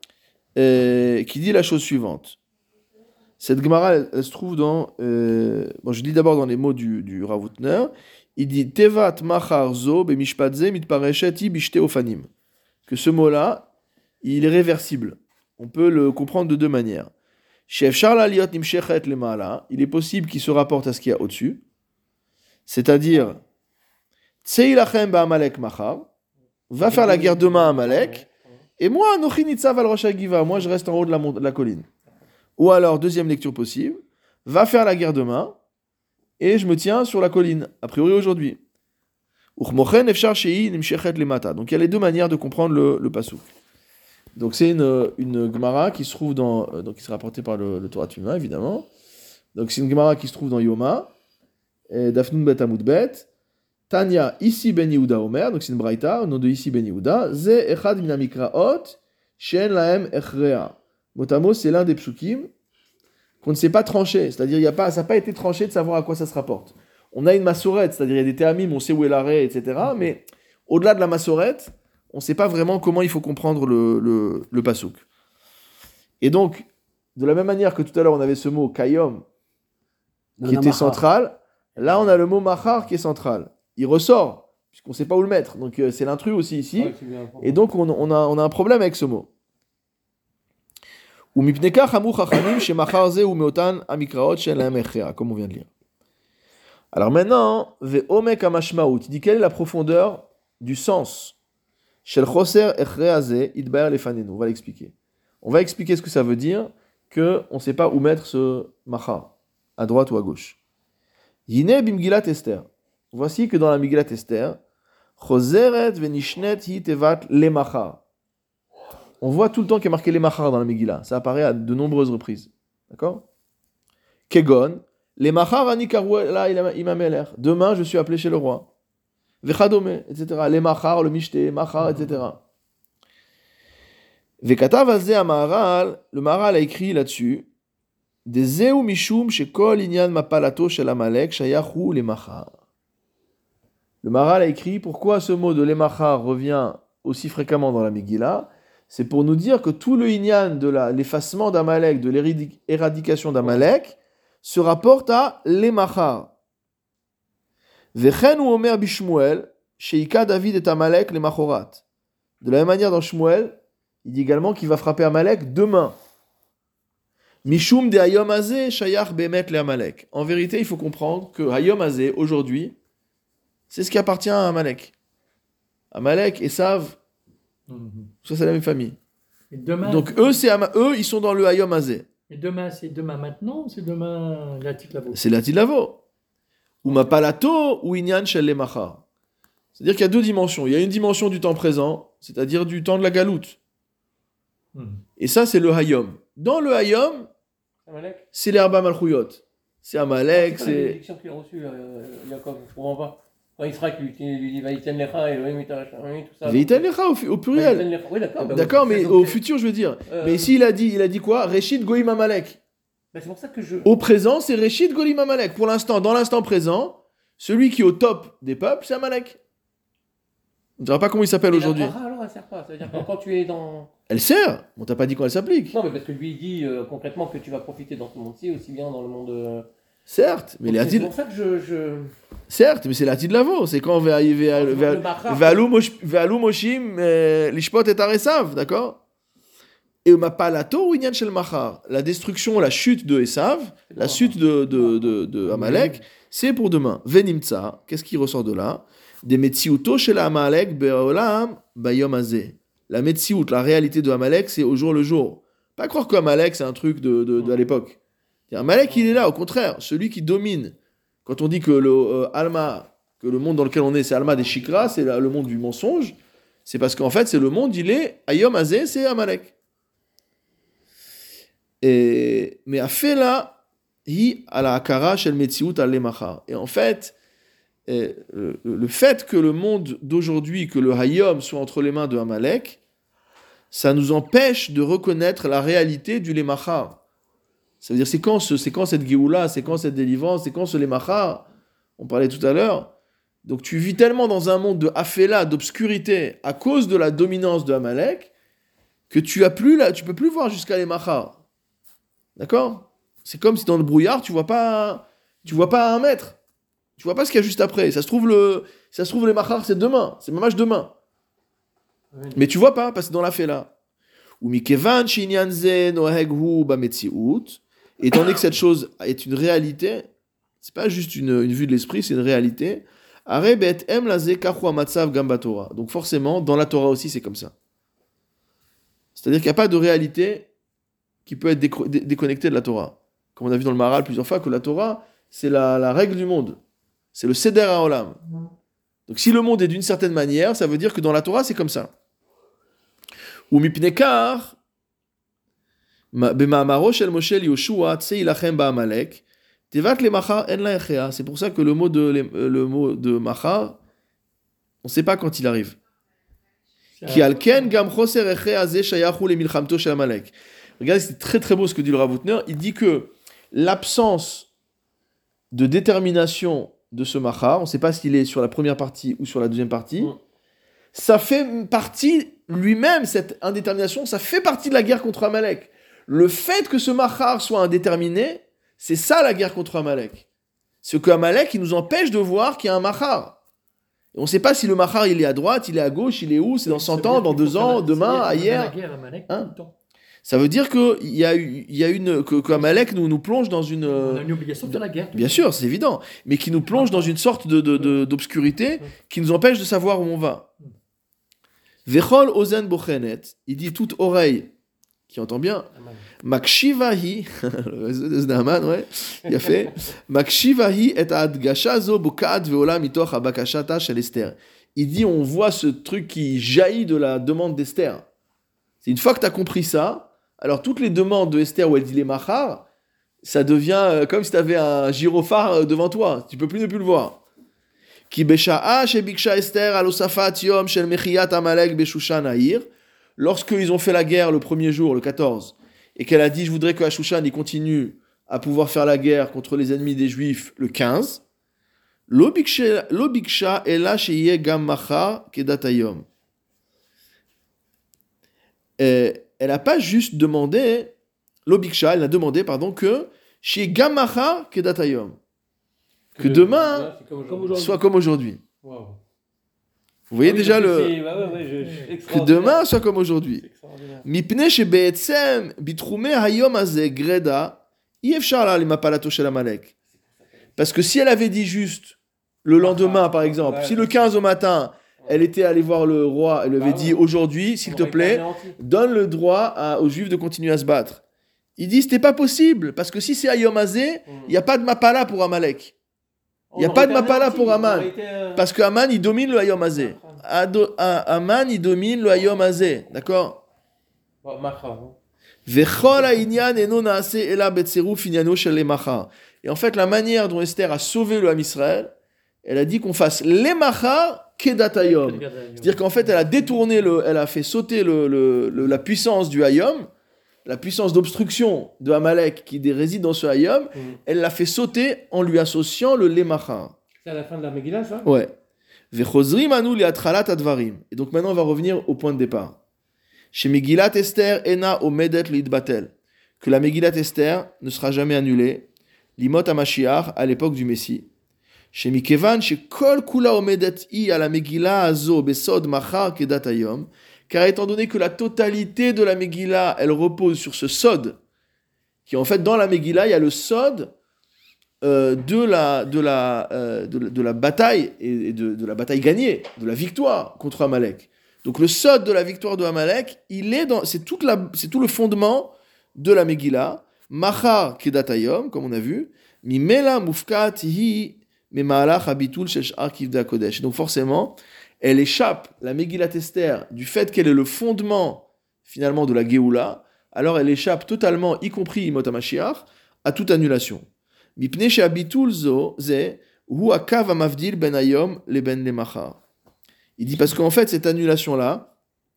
euh, qui dit la chose suivante. Cette Gemara, elle, elle se trouve dans, euh, bon, je lis d'abord dans les mots du, du Rav Hutner. Il dit Tevat machar zo bemishpatze mitparesheti bishte ofanim. Que ce mot-là, il est réversible. On peut le comprendre de deux manières. Shef sharla liot nimshechet lemala. Il est possible qu'il se rapporte à ce qu'il y a au-dessus. C'est-à-dire, tseilachem ba'amalek machar. Va faire la guerre demain à Amalek. Et moi, anochi nitzav al rosh hagiva. Moi, je reste en haut de la, de la colline. Ou alors, deuxième lecture possible. Va faire la guerre demain. Et je me tiens sur la colline, a priori aujourd'hui. Donc il y a les deux manières de comprendre le, le pasouk. Donc c'est une, une Gemara qui se trouve dans, donc qui sera rapportée par le, le Torah Tumah, évidemment. Donc c'est une Gemara qui se trouve dans Yoma, et Dafnun Bet Amud Bet. Tanya, ici Ben Yehuda Omer, donc c'est une braïta, au nom de ici Ben Yehuda. Ze echad min amikraot, shen lahem echrea. Motamo, c'est l'un des psukim qu'on ne sait pas trancher, c'est-à-dire il y a pas, ça n'a pas été tranché de savoir à quoi ça se rapporte. On a une massorette, c'est-à-dire il y a des théamim, on sait où est l'arrêt, et cetera. Mais au-delà de la massorette, on ne sait pas vraiment comment il faut comprendre le, le, le pasouk. Et donc, de la même manière que tout à l'heure on avait ce mot kayom, qui était central, là on a le mot machar qui est central. Il ressort, puisqu'on ne sait pas où le mettre, donc euh, c'est l'intrus aussi ici, Ouais, c'est bien important. et donc on, on, a, on a un problème avec ce mot. Ou mipneka chamou chachamim chez machar ze ou meotan amikraot shen lahem echrea, comme on vient de lire. Alors maintenant, ve'omek hamashmaut, il dit quelle est la profondeur du sens shel choser echrea ze idbaer lefanenu. On va l'expliquer. On va expliquer ce que ça veut dire que on ne sait pas où mettre ce machar, à droite ou à gauche. Yine bimgilat Esther. Voici que dans la Megillat Esther, choseret venishnet hi tevat lemachar. On voit tout le temps qu'il y a marqué les machar dans la Megillah. Ça apparaît à de nombreuses reprises. D'accord? Kegon, les machar ani karu la imameler. Demain, je suis appelé chez le roi. Vechadome, et cetera. Les machar, le mishte, machar, et cetera. Vekatav azeh amaral, le Maharal a écrit là-dessus, des zeu mishum shekol inyan mapalato shel Amalek shayachu les machar. Le Maharal a écrit pourquoi ce mot de l'emachar revient aussi fréquemment dans la Megillah. C'est pour nous dire que tout le inyan de la, l'effacement d'Amalek, de l'éradication d'Amalek, se rapporte à l'emachar. Vechen ou Omer bishmuel, sheika David et Amalek les machorat. De la même manière dans Shmuel, il dit également qu'il va frapper Amalek demain. Mishum de Hayom Hazeh shayach bemet le Amalek. En vérité, il faut comprendre que Hayom Hazeh, aujourd'hui, c'est ce qui appartient à Amalek. Amalek et Sav, Mhm. ça c'est la même famille. Et demain, Donc eux, c'est Ama- eux, ils sont dans le Hayom Hazeh. et demain, c'est demain maintenant ou c'est demain la petite lavo? C'est la Tilavo. Ou Mapalato ou Inyan Shel Lemachar. C'est-à-dire qu'il y a deux dimensions. Il y a une dimension du temps présent, c'est-à-dire du temps de la galoute. Mhm. Et ça, c'est le Hayom. Dans le Hayom, Amalek. c'est les Arba Malchouyot. C'est Amalek, C'est quoi la c'est... bénédiction qu'il a reçue, euh, Jacob? Je comprends pas. Quand Israël lui, lui dit Vaïten Lecha, Elohim Itachami, tout ça. Veïtan Lecha au, au pluriel. Vaïten Lecha. Oui, d'accord. bah D'accord, oui, mais c'est au donc- futur, je veux dire. Euh, Mais ici, il a dit, il a dit quoi? Réchid Goïm Amalek. bah, c'est pour ça que je. Au présent, c'est Réchid Goïm Amalek. Pour l'instant, dans l'instant présent, celui qui est au top des peuples, c'est Amalek. On ne dira pas comment il s'appelle Et aujourd'hui. La bracha, alors, elle sert pas. Ça veut dire que quand tu es dans. Elle sert. On t'a pas dit quand elle s'applique. Non, mais parce que lui, il dit euh, concrètement que tu vas profiter dans ce monde-ci, aussi bien dans le monde. euh, Certes, mais donc les c'est Atid- pour ça que je. je... certes, mais c'est la de Lavo. C'est quand Le Machar. Ve'alou Moshim euh, Lishpot et Aresav, d'accord? Et Mapalato ou Inyan Shel Machar. La destruction, la chute de Esav, la chute de, de, de, de Amalek, c'est pour demain. Venimtsa, qu'est-ce qui ressort de là? Des Metziuto shel Amalek be'olam bayom hazeh. La Metziout, la réalité de Amalek, c'est au jour le jour. Pas croire que Amalek, c'est un truc de, de, de à l'époque. Amalek, il est là, au contraire, celui qui domine. Quand on dit que le euh, Alma, que le monde dans lequel on est, c'est Alma des Shikra, c'est la- le monde du mensonge, c'est parce qu'en fait, c'est le monde, il est Ayom Hazeh, c'est Amalek. Et, mais Afela, hi ala akara shel metziut al lemachar. Et en fait, euh, le, le fait que le monde d'aujourd'hui, que le Hayom soit entre les mains de Amalek, ça nous empêche de reconnaître la réalité du lemachar. Ça veut dire, c'est quand, ce, c'est quand cette Géoula, c'est quand cette délivrance, c'est quand ce lemachar, on parlait tout à l'heure. Donc tu vis tellement dans un monde de afela, d'obscurité, à cause de la dominance de Amalek, que tu as plus là, tu peux plus voir jusqu'à lemachar. D'accord? C'est comme si dans le brouillard, tu vois pas, tu vois pas un mètre. Tu vois pas ce qu'il y a juste après. Ça se trouve, le, ça se trouve les machar, c'est demain. C'est mamage demain. Oui. Mais tu vois pas, parce que c'est dans la fela. Ou mikevan shinyan ze noheg hu bametziut. Étant donné que cette chose est une réalité, c'est pas juste une, une vue de l'esprit, c'est une réalité. Are bet em laze kachu amatzav gam batorah. Donc forcément, dans la Torah aussi, c'est comme ça. C'est-à-dire qu'il n'y a pas de réalité qui peut être décro- dé- déconnectée de la Torah. Comme on a vu dans le Maharal plusieurs fois, que la Torah, c'est la, la règle du monde. C'est le Seder HaOlam. Donc si le monde est d'une certaine manière, ça veut dire que dans la Torah, c'est comme ça. Ou mipnekar, b'ma'amaro shel Moshe Yoshua, tse ilachem ba'amalek, tevat le machar en la echea. C'est pour ça que le mot de, le, le mot de machar, on ne sait pas quand il arrive. Ki alken gam choser echea ze shayachu le milchamto shel Amalek. Regardez, c'est très très beau ce que dit le Rav Hutner. Il dit que l'absence de détermination de ce machar, on ne sait pas s'il est sur la première partie ou sur la deuxième partie, Mm. ça fait partie, lui-même, cette indétermination, ça fait partie de la guerre contre Amalek. Le fait que ce machar soit indéterminé, c'est ça la guerre contre Amalek. C'est que Amalek, il nous empêche de voir qu'il y a un machar. Et on ne sait pas si le machar, il est à droite, il est à gauche, il est où, c'est dans cent ans, dans deux ans, demain, hier. Hein? Ça veut dire qu'il y a, eu- il y a une, que, que Amalek nous, nous plonge dans une... On euh, a une obligation de faire la guerre. Bien sûr, c'est évident, mais qui nous plonge dans une sorte de, de, de- d'obscurité qui nous empêche de savoir où on va. Vechol ozen bochenet, il dit toute oreille qui entend bien. Makshivahi, le Naaman, ouais, il a fait. Makshivahi et adgasha zo bokat veola mitoch abakashata shel Esther. Il dit on voit ce truc qui jaillit de la demande d'Esther. C'est une fois que tu as compris ça, alors toutes les demandes de Esther où elle dit les machar, ça devient euh, comme si tu avais un gyrophare euh, devant toi. Tu peux plus ne plus le voir. Ki besha'a shebiksha Esther alosafat yom shel mechiyat Amalek beshushan ha'ir. Lorsqu'ils ont fait la guerre le premier jour, le quatorze, et qu'elle a dit je voudrais que Shushan il continue à pouvoir faire la guerre contre les ennemis des Juifs le quinze, lo biksha lo biksha ela sheyeh gam machar kedat hayom. Et elle n'a pas juste demandé, l'Obiksha, elle a demandé, pardon, que Chez Gamacha Kedatayom. Que le- demain c'est comme comme aujourd'hui. soit comme aujourd'hui. Waouh. Vous voyez Oui, déjà donc le. c'est- ouais, ouais, ouais, je- je- Que extraordinaire. demain soit comme aujourd'hui. C'est extraordinaire. מפני שבעצם בתחומי היום הזה גרדה אי אפשר לה למפלתו של עמלק. Parce que si elle avait dit juste le lendemain par exemple, Ouais. si le quinze au matin elle était allée voir le roi, elle lui avait Bah dit ouais. aujourd'hui s'il On te aurait été plaît anéanti. donne le droit à- aux juifs de continuer à se battre. Il dit c'était pas possible parce que si c'est Hayom Hazeh, il n'y a pas de mapala pour Amalek. On Il y a aurait pas de été mapala anéanti, pour on Aman. aurait été, euh, Parce que Aman il domine le Hayom Hazeh. Ado- A- Aman il domine le Hayom Hazeh, d'accord? bon, Macha, hein. Vechol ha'inyan eno naase ela betzeruf inyano shel lemachar. Et en fait, la manière dont Esther a sauvé le Ham Israël, elle a dit qu'on fasse lemachar kedatayom. C'est-à-dire qu'en fait, elle a détourné, le, elle a fait sauter le, le- le- la puissance du Hayom, la puissance d'obstruction de Amalek qui dé- réside dans ce Hayom, Mm. elle l'a fait sauter en lui associant le lemachar. C'est à la fin de la Megillah, ça? Ouais. Vechozrim anu liatralat advarim. Et donc maintenant, on va revenir au point de départ. Chez Megillat Esther, ena omedet lidbatel. Que la Megillat Esther ne sera jamais annulée. Limot HaMashiach, à l'époque du Messie. Chez Mikevan, chez Kol Kula omedet i à la Megillah azo besod machar kedat hayom. Car étant donné que la totalité de la Megillah, elle repose sur ce sod, qui en fait dans la Megillah, il y a le sod euh, de, la, de, la, euh, de, la, de la bataille, et et de, de la bataille gagnée, de la victoire contre Amalek. Donc le sod de la victoire de Amalek, il est dans, c'est, toute la, c'est tout le fondement de la Megillah. Machar kedatayom, comme on a vu. Mimela mufkat hi memalach habitul shel sh'ar kivdei kodesh. Donc forcément, elle échappe, la Megillat Esther, du fait qu'elle est le fondement finalement de la Géoula. Alors elle échappe totalement, y compris Imot HaMashiach, à toute annulation. Mipnei shehabitul zo ze hu akav hamavdil ben hayom le ben lemachar. Il dit parce qu'en fait, cette annulation-là,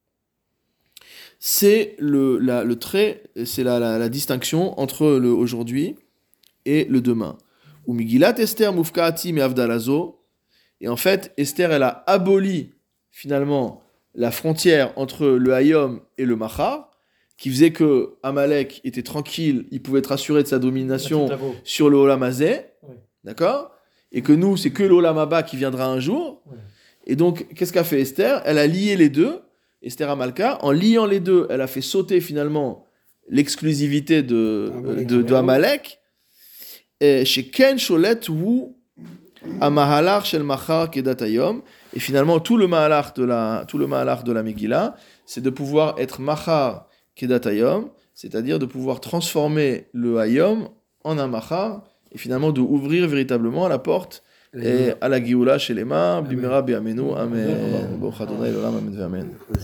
c'est le, la, le trait, c'est la, la, la distinction entre le aujourd'hui et le demain. Ou Megillat Esther mufkaati me avdalazo. Et en fait, Esther, elle a aboli finalement la frontière entre le Hayom et le Machar, qui faisait que Amalek était tranquille, il pouvait être assuré de sa domination sur le Olam Hazeh, Oui. d'accord? Et que nous, c'est que l'Olam Haba qui viendra un jour. Oui. Et donc, qu'est-ce qu'a fait Esther? Elle a lié les deux, Esther Amalka. En liant les deux, elle a fait sauter finalement l'exclusivité de, Amalek. de, de Amalek. Et chez Ken Sholet Wu Amahalar Shel Machar Kedat Hayom. Et finalement, tout le Mahalar de la, tout le Mahalar de la Megillah, c'est de pouvoir être Machar Kedat Hayom, c'est-à-dire de pouvoir transformer le Hayom en un Machar, et finalement de ouvrir véritablement la porte et à la Géoula chez les mains, Bimera Biamenu, Amen. Bon, Adonai, L'Olam, Amen, Amen.